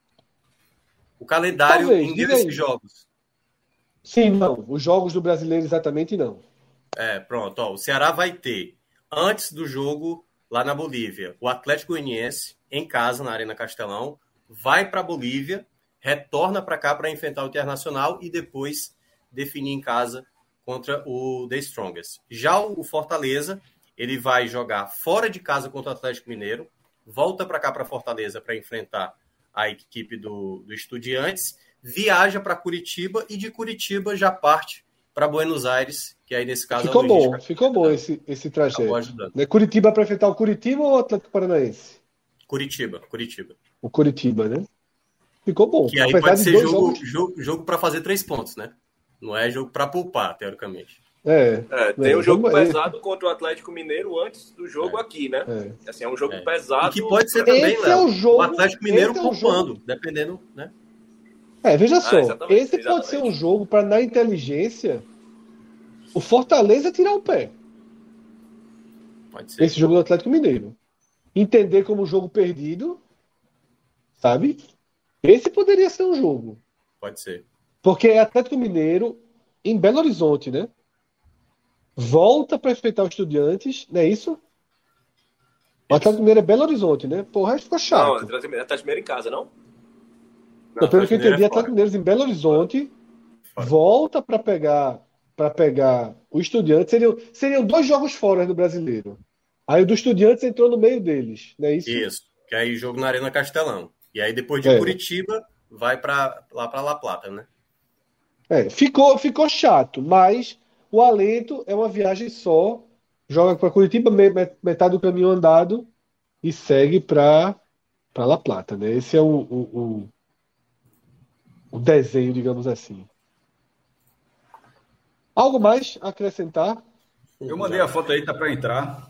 O calendário em esses jogos. Sim, não. Os jogos do Brasileiro exatamente não. Pronto. O Ceará vai ter, antes do jogo lá na Bolívia, o Atlético Goianiense, em casa, na Arena Castelão, vai para a Bolívia, retorna para cá para enfrentar o Internacional e depois definir em casa contra o The Strongest. Já o Fortaleza... ele vai jogar fora de casa contra o Atlético Mineiro, volta para cá para Fortaleza para enfrentar a equipe do Estudiantes, viaja para Curitiba e de Curitiba já parte para Buenos Aires, que aí nesse caso ficou bom esse trajeto. Curitiba para enfrentar o Curitiba ou o Atlético Paranaense? Curitiba. O Curitiba, né? Ficou bom. Que aí pode ser jogo para fazer 3 pontos, né? Não é jogo para poupar, teoricamente. Tem um jogo pesado contra o Atlético Mineiro antes do jogo aqui, né? Assim, é um jogo pesado. E que pode ser também, Léo, o Atlético Mineiro poupando, dependendo, né? Veja só, esse pode ser um jogo para, na inteligência, o Fortaleza tirar o pé. Pode ser. Esse jogo do Atlético Mineiro. Entender como jogo perdido, sabe? Esse poderia ser um jogo. Pode ser. Porque é Atlético Mineiro em Belo Horizonte, né? Volta para enfrentar os Estudiantes, não é isso? O Atlético Mineiro é Belo Horizonte, né? Pô, o resto ficou Não, chato. Atlético Mineiro em casa, não? Então, pelo que eu entendi, é Atlético Mineiro em Belo Horizonte Fora. volta para pegar o Estudiantes. Seriam 2 jogos fora do Brasileiro. Aí o do Estudiantes entrou no meio deles, não é isso? Isso. Que aí jogo na Arena Castelão. E aí depois de É. Curitiba, vai lá para La Plata, né? Ficou chato, mas o alento é uma viagem só. Joga para Curitiba, metade do caminho andado e segue para La Plata, né? Esse é o desenho, digamos assim. Algo mais a acrescentar? Eu mandei a foto aí, tá para entrar.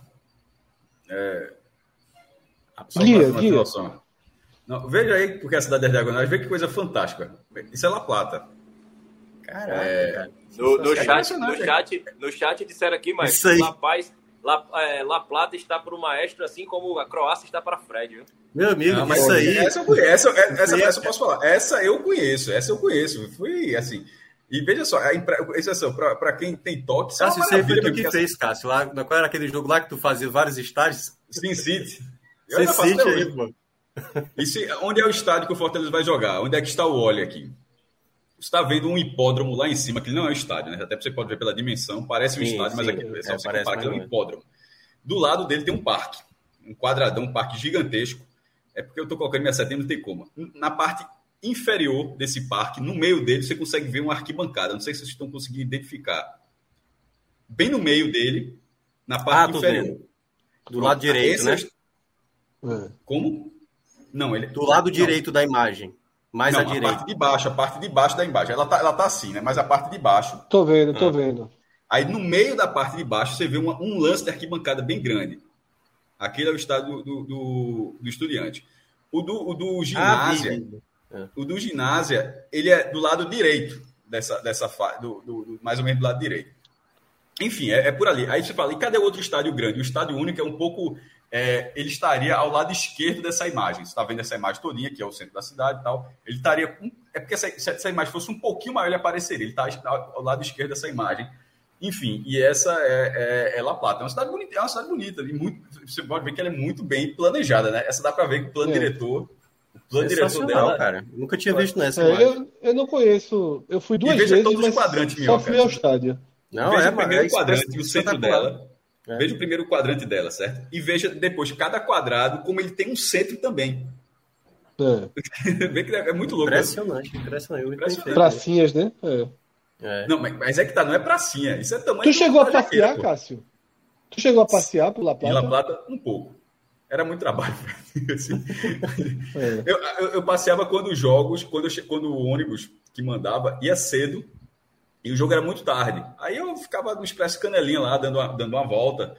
Só Guia. para noção. Não, veja aí, porque a cidade das Diagonais, veja que coisa fantástica. Isso é La Plata. Caraca, cara. No chat disseram aqui, mas Isso aí. La Plata está para o Maestro, assim como a Croácia está para Fred, viu? Meu amigo, Não, mas isso aí. Essa eu conheço. Essa eu posso falar. Essa eu conheço. Fui assim. E veja só, para quem tem toque, isso é uma Cássio, isso aí foi maravilha, tu que porque fez, Cássio. Lá, qual era aquele jogo lá que tu fazia vários estágios? Sin City. Eu Você ainda faço sente até aí, hoje. pô. Onde é o estádio que o Fortaleza vai jogar? Onde é que está o óleo aqui? Você está vendo um hipódromo lá em cima, que não é um estádio, né? Até você pode ver pela dimensão, parece um Sim, estádio, mas sim. aqui, É, só você parece comparar que é um mais ou hipódromo. Do lado dele tem um parque, um quadradão, um parque gigantesco. É porque eu estou colocando minha setinha, não tem como. Na parte inferior desse parque, no meio dele, você consegue ver uma arquibancada. Não sei se vocês estão conseguindo identificar. Bem no meio dele, na parte tô inferior. vendo. Do lado direito, né? Como? Não, ele... Do lado não. direito da imagem. Mais não, à direita. a parte de baixo da imagem. Ela tá assim, né? Mas a parte de baixo. Tô vendo. Aí no meio da parte de baixo você vê um lance de arquibancada bem grande. Aquele é o estádio do Estudiante. O do Ginásia, o do Ginásia, ele é do lado direito mais ou menos do lado direito. Enfim, é por ali. Aí você fala, e cadê o outro estádio grande? O estádio único é um pouco... ele estaria ao lado esquerdo dessa imagem. Você está vendo essa imagem todinha, que é o centro da cidade e tal. Ele estaria... É porque se essa imagem fosse um pouquinho maior, ele apareceria. Ele está ao lado esquerdo dessa imagem. Enfim, e essa é La Plata. É uma cidade bonita. E você pode ver que ela é muito bem planejada, né? Essa dá para ver que o plano diretor... O plano diretor dela... cara. Nunca tinha visto nessa imagem. Eu não conheço. Eu fui 2 vezes, todos os mas quadrantes, só fui ao estádio. Não, veja o primeiro isso quadrante e o centro dela. É. Veja o primeiro quadrante dela, certo? E veja depois cada quadrado como ele tem um centro também. Vê que é muito louco. Impressionante. Pracinhas, né? Não, mas é que tá, não é pracinha. Isso é tamanho. Tu chegou a passear, Cássio? Tu chegou a passear por La Em Plata? La Plata, um pouco. Era muito trabalho. Assim. Eu passeava quando o ônibus que mandava ia cedo e o jogo era muito tarde. Aí eu ficava no Expresso Canelinha lá, dando uma volta.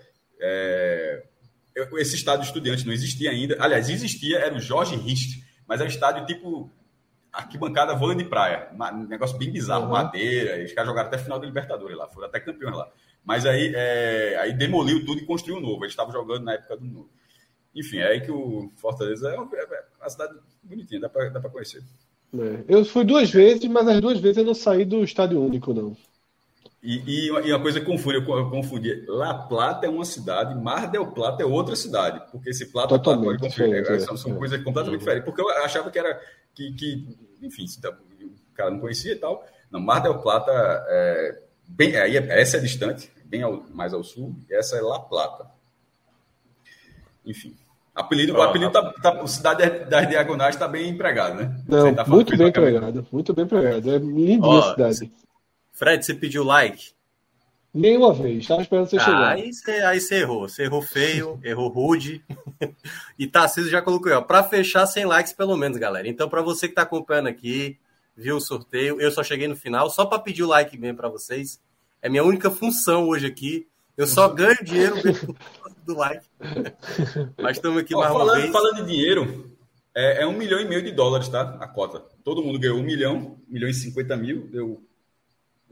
Esse estádio Estudiante não existia ainda. Aliás, existia, era o Jorge Rist, mas era um estádio tipo arquibancada vôlei de praia. Um negócio bem bizarro, madeira. Os caras jogaram até final da Libertadores lá, foram até campeões lá. Mas aí demoliu tudo e construiu um novo. Eles estavam jogando na época do novo. Enfim, é aí que o Fortaleza é uma cidade bonitinha, dá para conhecer. Eu fui 2 vezes, mas as 2 vezes eu não saí do estádio único, não. E uma coisa que eu confundi. La Plata é uma cidade, Mar del Plata é outra cidade. Porque esse Plata Totalmente diferente, são coisas completamente diferentes. Porque eu achava que era... enfim, o cara não conhecia e tal. Não, Mar del Plata essa é distante, mais ao sul, e essa é La Plata. Enfim. O apelido Cidade das Diagonais está bem empregado, né? Não, muito bem empregado. Muito bem empregado. É lindinha a cidade. Fred, você pediu like? Nenhuma vez. Estava esperando você chegar. Aí você errou. Você errou feio, errou rude. E Tarcísio já colocou aí, ó. Para fechar 100 likes pelo menos, galera. Então, para você que está acompanhando aqui, viu o sorteio, eu só cheguei no final, só para pedir o like mesmo para vocês. É minha única função hoje aqui. Eu só ganho dinheiro do like. Mas estamos aqui mais uma vez. Falando de dinheiro, é $1,5 milhão, tá? A cota. Todo mundo ganhou 1 milhão, 1,050 mil. Deu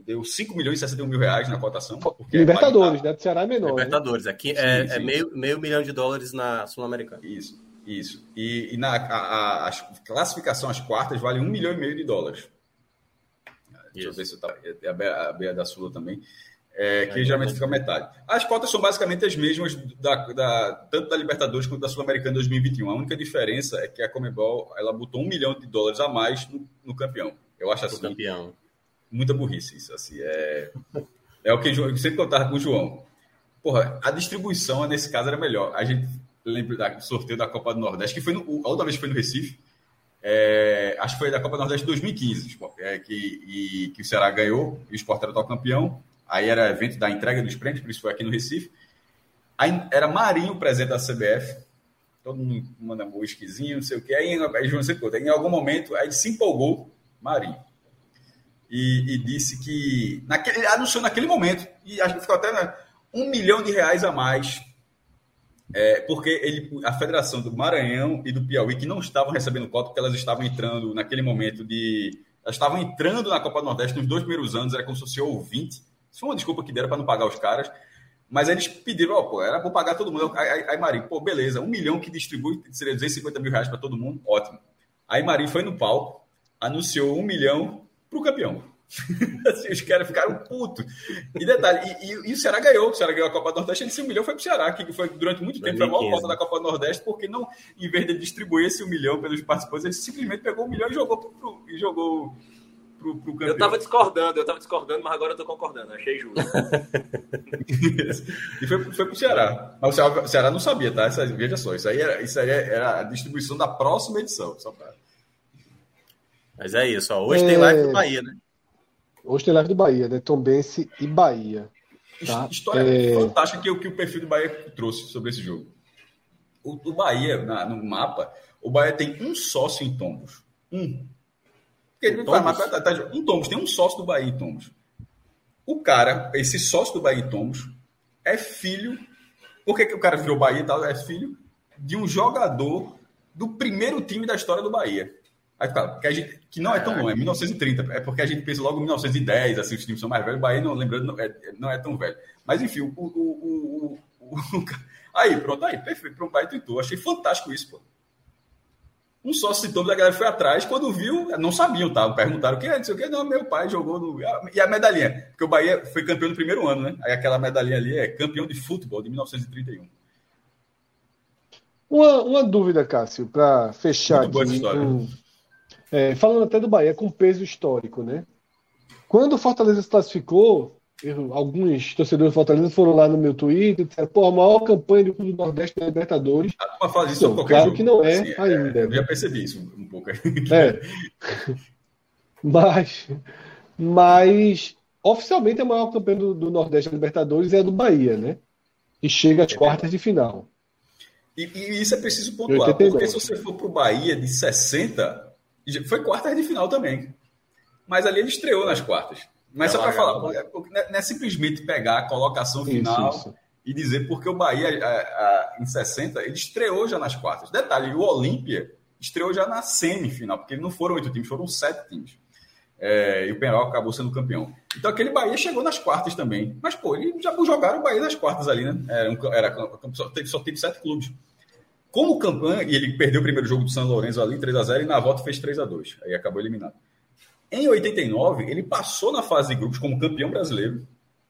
deu 5 milhões e 61 mil reais na cotação. Libertadores, né? Do Ceará é menor. Libertadores, né? Aqui sim. meio milhão de dólares na Sul-Americana. Isso. E a classificação às quartas vale 1,5 milhão de dólares. Deixa eu ver se a beira da Sula também. Que geralmente fica metade. As cotas são basicamente as mesmas tanto da Libertadores quanto da Sul-Americana 2021. A única diferença é que a Conmebol ela botou 1 milhão de dólares a mais no campeão. Eu acho assim, campeão. Muita burrice isso. Assim, é o que eu sempre contava com o João. Porra, a distribuição nesse caso era melhor. A gente lembra do sorteio da Copa do Nordeste, que foi a outra vez que foi no Recife. Acho que foi da Copa do Nordeste de 2015, que o Ceará ganhou e o Sport era o atual campeão. Aí era evento da entrega dos prêmios, por isso foi aqui no Recife. Aí era Marinho, presidente da CBF. Todo mundo manda um whiskyzinho, não sei o quê. Aí João sempre conta. Em algum momento, aí se empolgou, Marinho. E disse que... Ele anunciou naquele momento. E acho que ficou até R$1 milhão a mais. Porque a Federação do Maranhão e do Piauí, que não estavam recebendo cota, porque elas estavam entrando naquele momento elas estavam entrando na Copa do Nordeste nos 2 primeiros anos, era como se fosse ouvinte. Isso foi uma desculpa que deram para não pagar os caras. Mas eles pediram, era para pagar todo mundo. Aí Marinho, beleza, 1 milhão que distribui, seria 250 mil reais para todo mundo, ótimo. Aí Marinho foi no palco, anunciou 1 milhão para o campeão. Assim, os caras ficaram putos. E detalhe, e o Ceará ganhou. O Ceará ganhou a Copa do Nordeste, esse 1 milhão foi para o Ceará, que foi durante muito tempo a maior cota da Copa do Nordeste, porque não, em vez de distribuir esse 1 milhão pelos participantes, ele simplesmente pegou 1 milhão e jogou pro campeão. Eu estava discordando, mas agora eu estou concordando. Achei justo. E foi pro Ceará. Mas o Ceará não sabia, tá? Veja só, isso aí era a distribuição da próxima edição. Só pra... Mas é isso, ó. Hoje tem live do Bahia, né? Hoje tem live do Bahia, né? Tombense e Bahia. Tá? História fantástica que o perfil do Bahia trouxe sobre esse jogo. O Bahia, no mapa, o Bahia tem um sócio em Tombos. Em Tombos, tem um sócio do Bahia em Tombos. O cara, esse sócio do Bahia em Tombos, é filho... Por que o cara virou Bahia e tal? É filho de um jogador do primeiro time da história do Bahia. Aí, porque a gente, que não é tão longe, é 1930. É porque a gente pensa logo em 1910, assim, os times são mais velhos. O Bahia, não é tão velho. Mas, enfim, aí, pronto, perfeito. Para o Bahia tentou. Achei fantástico isso, pô. Um sócio de Tombos, a galera foi atrás, quando viu, não sabiam, tá? Perguntaram o que é, não sei o que, não, meu pai jogou no... E a medalhinha, porque o Bahia foi campeão no primeiro ano, né? Aí aquela medalhinha ali é campeão de futebol de 1931. Uma dúvida, Cássio, para fechar muito aqui. Boa essa história. Falando até do Bahia, com peso histórico, né? Quando o Fortaleza se classificou, alguns torcedores do Fortaleza foram lá no meu Twitter e disseram, a maior campanha do Clube do Nordeste da Libertadores. Uma fase isso qualquer claro jogo. Que não é assim, ainda. Eu já percebi isso um pouco. Mas oficialmente a maior campanha do Nordeste da Libertadores é a do Bahia, né? E chega às quartas de final. E isso é preciso pontuar, porque se você for para o Bahia de 60, foi quartas de final também. Mas ali ele estreou nas quartas. Mas só para falar, não é simplesmente pegar a colocação final e dizer porque o Bahia, em 60, ele estreou já nas quartas. Detalhe, o Olímpia estreou já na semifinal, porque não foram 8 times, foram 7 times. E o Penharol acabou sendo campeão. Então aquele Bahia chegou nas quartas também. Mas, eles já jogaram o Bahia nas quartas ali, né? Só teve 7 clubes. Como campeão, e ele perdeu o primeiro jogo do São Lourenço ali, 3-0, e na volta fez 3-2. Aí acabou eliminado. Em 89, ele passou na fase de grupos como campeão brasileiro.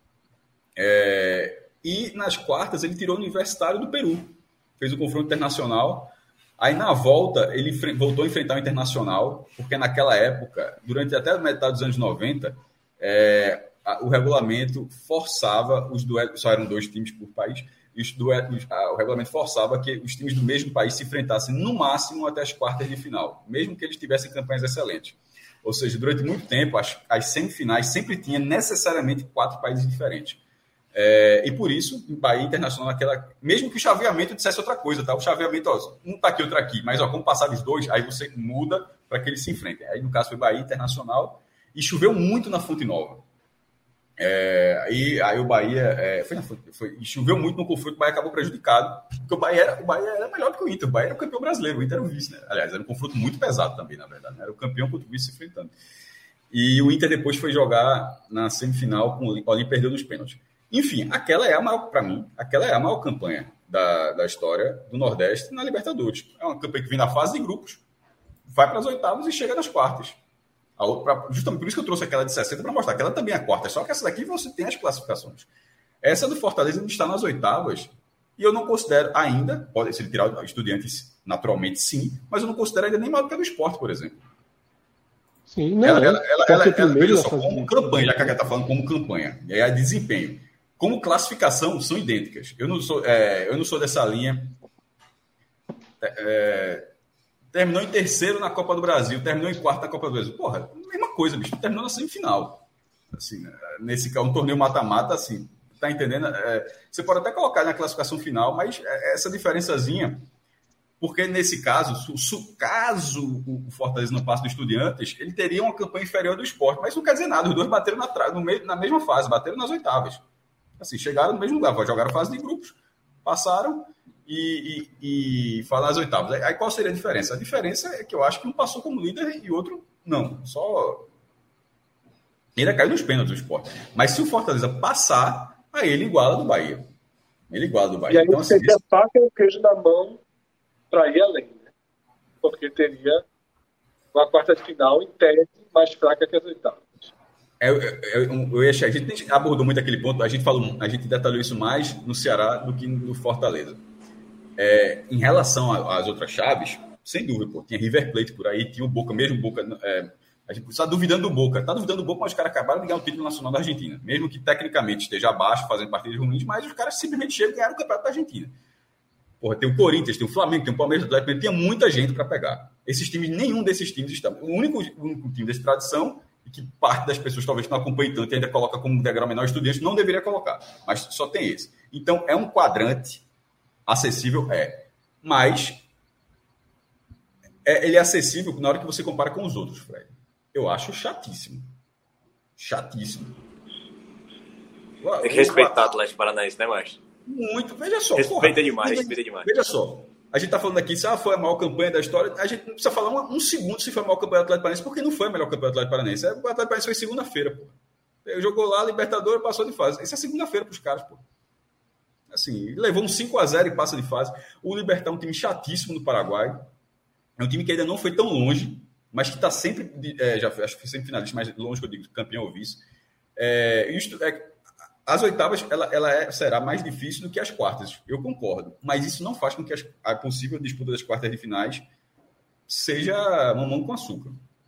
E nas quartas, ele tirou o Universitário do Peru. Fez o confronto internacional. Aí, na volta, ele voltou a enfrentar o Internacional, porque naquela época, durante até a metade dos anos 90, o regulamento forçava os duelos, só eram 2 times por país, e o regulamento forçava que os times do mesmo país se enfrentassem no máximo até as quartas de final, mesmo que eles tivessem campanhas excelentes. Ou seja, durante muito tempo, as semifinais sempre tinha necessariamente 4 países diferentes. E por isso, o Bahia Internacional, mesmo que o chaveamento dissesse outra coisa, tá? O chaveamento, um tá aqui, outro aqui, mas como passar os 2, aí você muda para que eles se enfrentem. Aí, no caso, foi Bahia Internacional e choveu muito na Fonte Nova. Aí o Bahia choveu muito no confronto, o Bahia acabou prejudicado, porque o Bahia era melhor do que o Inter. O Bahia era o campeão brasileiro, o Inter era o vice, né? Aliás, era um confronto muito pesado também, na verdade, né? Era o campeão contra o vice se enfrentando. E o Inter depois foi jogar na semifinal com o Olímpia e perdeu nos pênaltis. Enfim, aquela é a maior, para mim, aquela é a maior campanha da história do Nordeste na Libertadores. É uma campanha que vem na fase de grupos, vai para as oitavas e chega nas quartas. Justamente por isso que eu trouxe aquela de 60 para mostrar que ela também é a quarta, só que essa daqui você tem as classificações. Essa do Fortaleza está nas oitavas e eu não considero ainda, pode ser tirar o Estudiantes naturalmente sim, mas eu não considero ainda nem maior do que a do Sport, por exemplo. Sim, não. Ela veja só, como campanha, já que a gente está falando como campanha, e aí desempenho. Como classificação, são idênticas. Eu não sou dessa linha. Terminou em terceiro na Copa do Brasil, terminou em quarto na Copa do Brasil. Porra, mesma coisa, bicho. Terminou na semifinal. Assim, nesse caso, um torneio mata-mata, assim, tá entendendo? Você pode até colocar na classificação final, mas essa diferençazinha, porque nesse caso, caso o Fortaleza não passe do Estudiantes, ele teria uma campanha inferior do Sport, mas não quer dizer nada. Os dois bateram na mesma fase, bateram nas oitavas. Assim, chegaram no mesmo lugar, jogaram fase de grupos, passaram e falaram as oitavas. Aí qual seria a diferença? A diferença é que eu acho que um passou como líder e o outro não. Só ele caiu nos pênaltis do Sport. Mas se o Fortaleza passar, aí ele iguala do Bahia. E aí então, você teria faca e o queijo na mão para ir além, né? Porque teria uma quarta de final em tese mais fraca que as oitavas. A gente abordou muito aquele ponto, a gente detalhou isso mais no Ceará do que no Fortaleza. Em relação às outras chaves, sem dúvida, pô, tinha River Plate por aí, tinha o Boca, mesmo Boca. A gente está duvidando do Boca, mas os caras acabaram de ganhar o título nacional da Argentina, mesmo que tecnicamente esteja abaixo, fazendo partidas ruins, mas os caras simplesmente chegam e ganharam o campeonato da Argentina. Porra, tem o Corinthians, tem o Flamengo, tem o Palmeiras, do Atlético, tinha muita gente para pegar. Nenhum desses times está. O único time dessa tradição, e que parte das pessoas talvez não acompanhem tanto e ainda coloca como degrau menor Estudiantes, não deveria colocar, mas só tem esse. Então, é um quadrante acessível, mas ele é acessível na hora que você compara com os outros, Fred. Eu acho chatíssimo. Tem que respeitar o Atlético Paranaense, né, Márcio? Muito, veja só. Respeita demais. Veja só. A gente está falando aqui, se foi a maior campanha da história, a gente não precisa falar um segundo se foi a maior campanha do Atlético Paranaense, porque não foi a melhor campanha do Atlético Paranaense. O Atlético Paranaense foi segunda-feira, pô. Ele jogou lá, Libertadores, passou de fase. Isso é segunda-feira para os caras, pô. Assim, levou um 5-0 e passa de fase. O Libertad é um time chatíssimo no Paraguai. É um time que ainda não foi tão longe, mas que está sempre, já acho que foi sempre finalista, mais longe que eu digo, campeão ou vice. As oitavas ela será mais difícil do que as quartas, eu concordo, mas isso não faz com que a possível disputa das quartas de finais seja mamão com açúcar.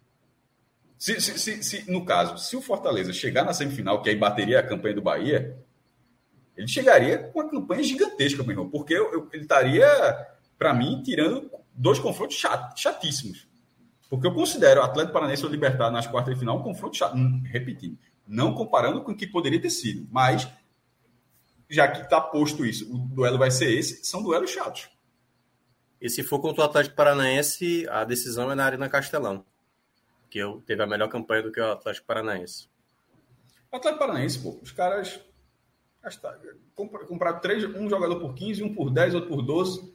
No caso, se o Fortaleza chegar na semifinal, que aí bateria a campanha do Bahia, ele chegaria com uma campanha gigantesca, meu irmão, porque ele estaria, para mim, tirando 2 confrontos chatíssimos. Porque eu considero o Atlético Paranaense ou Libertad nas quartas de final um confronto chato. Repetindo, não comparando com o que poderia ter sido, mas já que está posto isso, o duelo vai ser esse, são duelos chatos. E se for contra o Atlético Paranaense, a decisão é na Arena Castelão, que teve a melhor campanha do que o Atlético Paranaense. O Atlético Paranaense, pô, os caras compraram um jogador por 15, um por 10, outro por 12.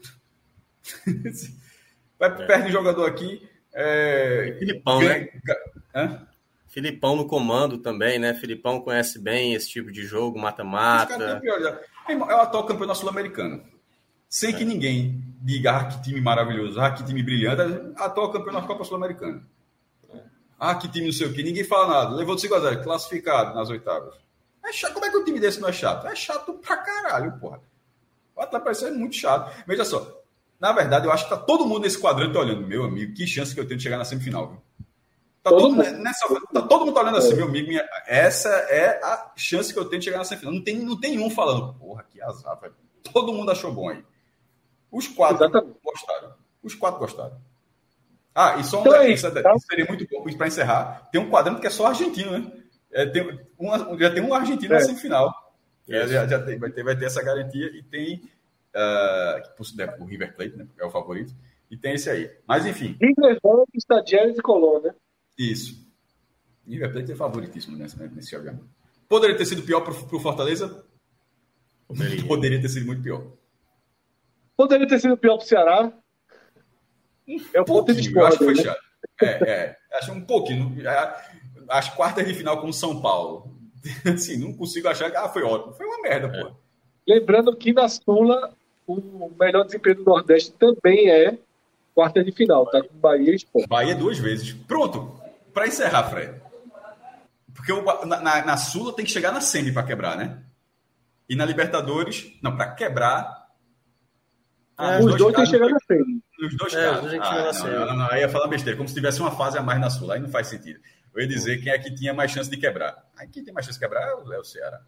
Perde um jogador aqui. Filipão, né? Filipão no comando também, né? Filipão conhece bem esse tipo de jogo, mata-mata. É o atual campeão da Sul-Americana. Sem que ninguém diga, que time maravilhoso, que time brilhante. Atual campeão da Copa Sul-Americana. Que time não sei o quê. Ninguém fala nada. Levou de 5-0, classificado nas oitavas. É chato. Como é que um time desse não é chato? É chato pra caralho, porra. O Atlético Paranaense é muito chato. Veja só. Na verdade, eu acho que tá todo mundo nesse quadrante olhando. Meu amigo, que chance que eu tenho de chegar na semifinal, viu? Tá todo mundo olhando assim, meu amigo. Essa é a chance que eu tenho de chegar na semifinal. Não tem um falando, porra, que azar, velho. Todo mundo achou bom aí. Os 4 gostaram. E só isso seria muito bom para encerrar. Tem um quadrante que é só argentino, né? Já tem um argentino na semifinal. Vai ter essa garantia e tem o River Plate, né? É o favorito. E tem esse aí. Mas, enfim. River Plate, Stadiares e Colón, né? Isso. River Plate é favoritíssimo nesse jogo. Poderia ter sido pior para o Fortaleza? Poderia ter sido muito pior. Poderia ter sido pior para o Ceará? Eu acho que foi chato. Acho um pouquinho. as quartas de final com o São Paulo. Assim, não consigo achar que foi ótimo. Foi uma merda, pô. Lembrando que na Sula, o melhor desempenho do Nordeste também é quarta de final, tá? Com Bahia e Sport. Bahia 2 vezes. Pronto. Para encerrar, Fred. Porque na Sula tem que chegar na semi para quebrar, né? E na Libertadores, não, para quebrar... os dois têm que chegar na semi. Os dois caras. Não, aí ia falar besteira, como se tivesse uma fase a mais na Sula. Aí não faz sentido. Eu ia dizer quem é que tinha mais chance de quebrar. Aí quem tem mais chance de quebrar é o Ceará.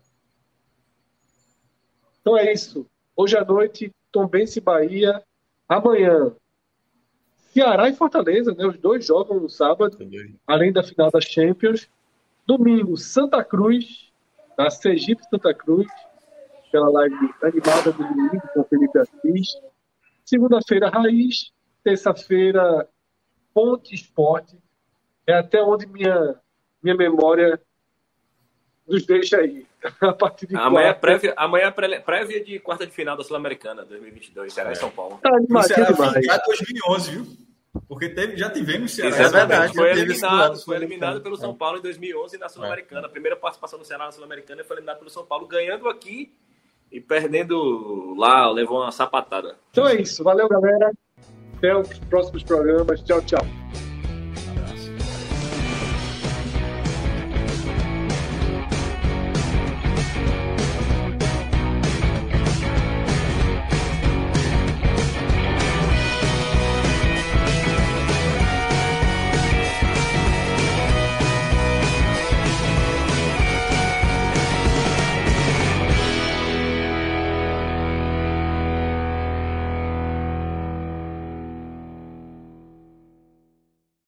Então é isso. Hoje à noite, Tombense e Bahia. Amanhã, Ceará e Fortaleza, né? Os dois jogam no sábado, além da final da Champions. Domingo, Santa Cruz, tá? Sergipe Santa Cruz, pela live animada do domingo com o Felipe Assis. Segunda-feira, Raiz. Terça-feira, Ponte Esporte. É até onde minha memória nos deixa aí. A partir de amanhã prévia de quarta de final da Sul-Americana 2022, Ceará e São Paulo. Tá O Ceará demais. já 2011, viu? Porque já tivemos Ceará. Isso é verdade. Teve Foi eliminado pelo São Paulo em 2011 na Sul-Americana. A primeira participação do Ceará na Sul-Americana foi eliminado pelo São Paulo, ganhando aqui e perdendo lá, levou uma sapatada. Então é isso. Valeu, galera. Até os próximos programas. Tchau, tchau.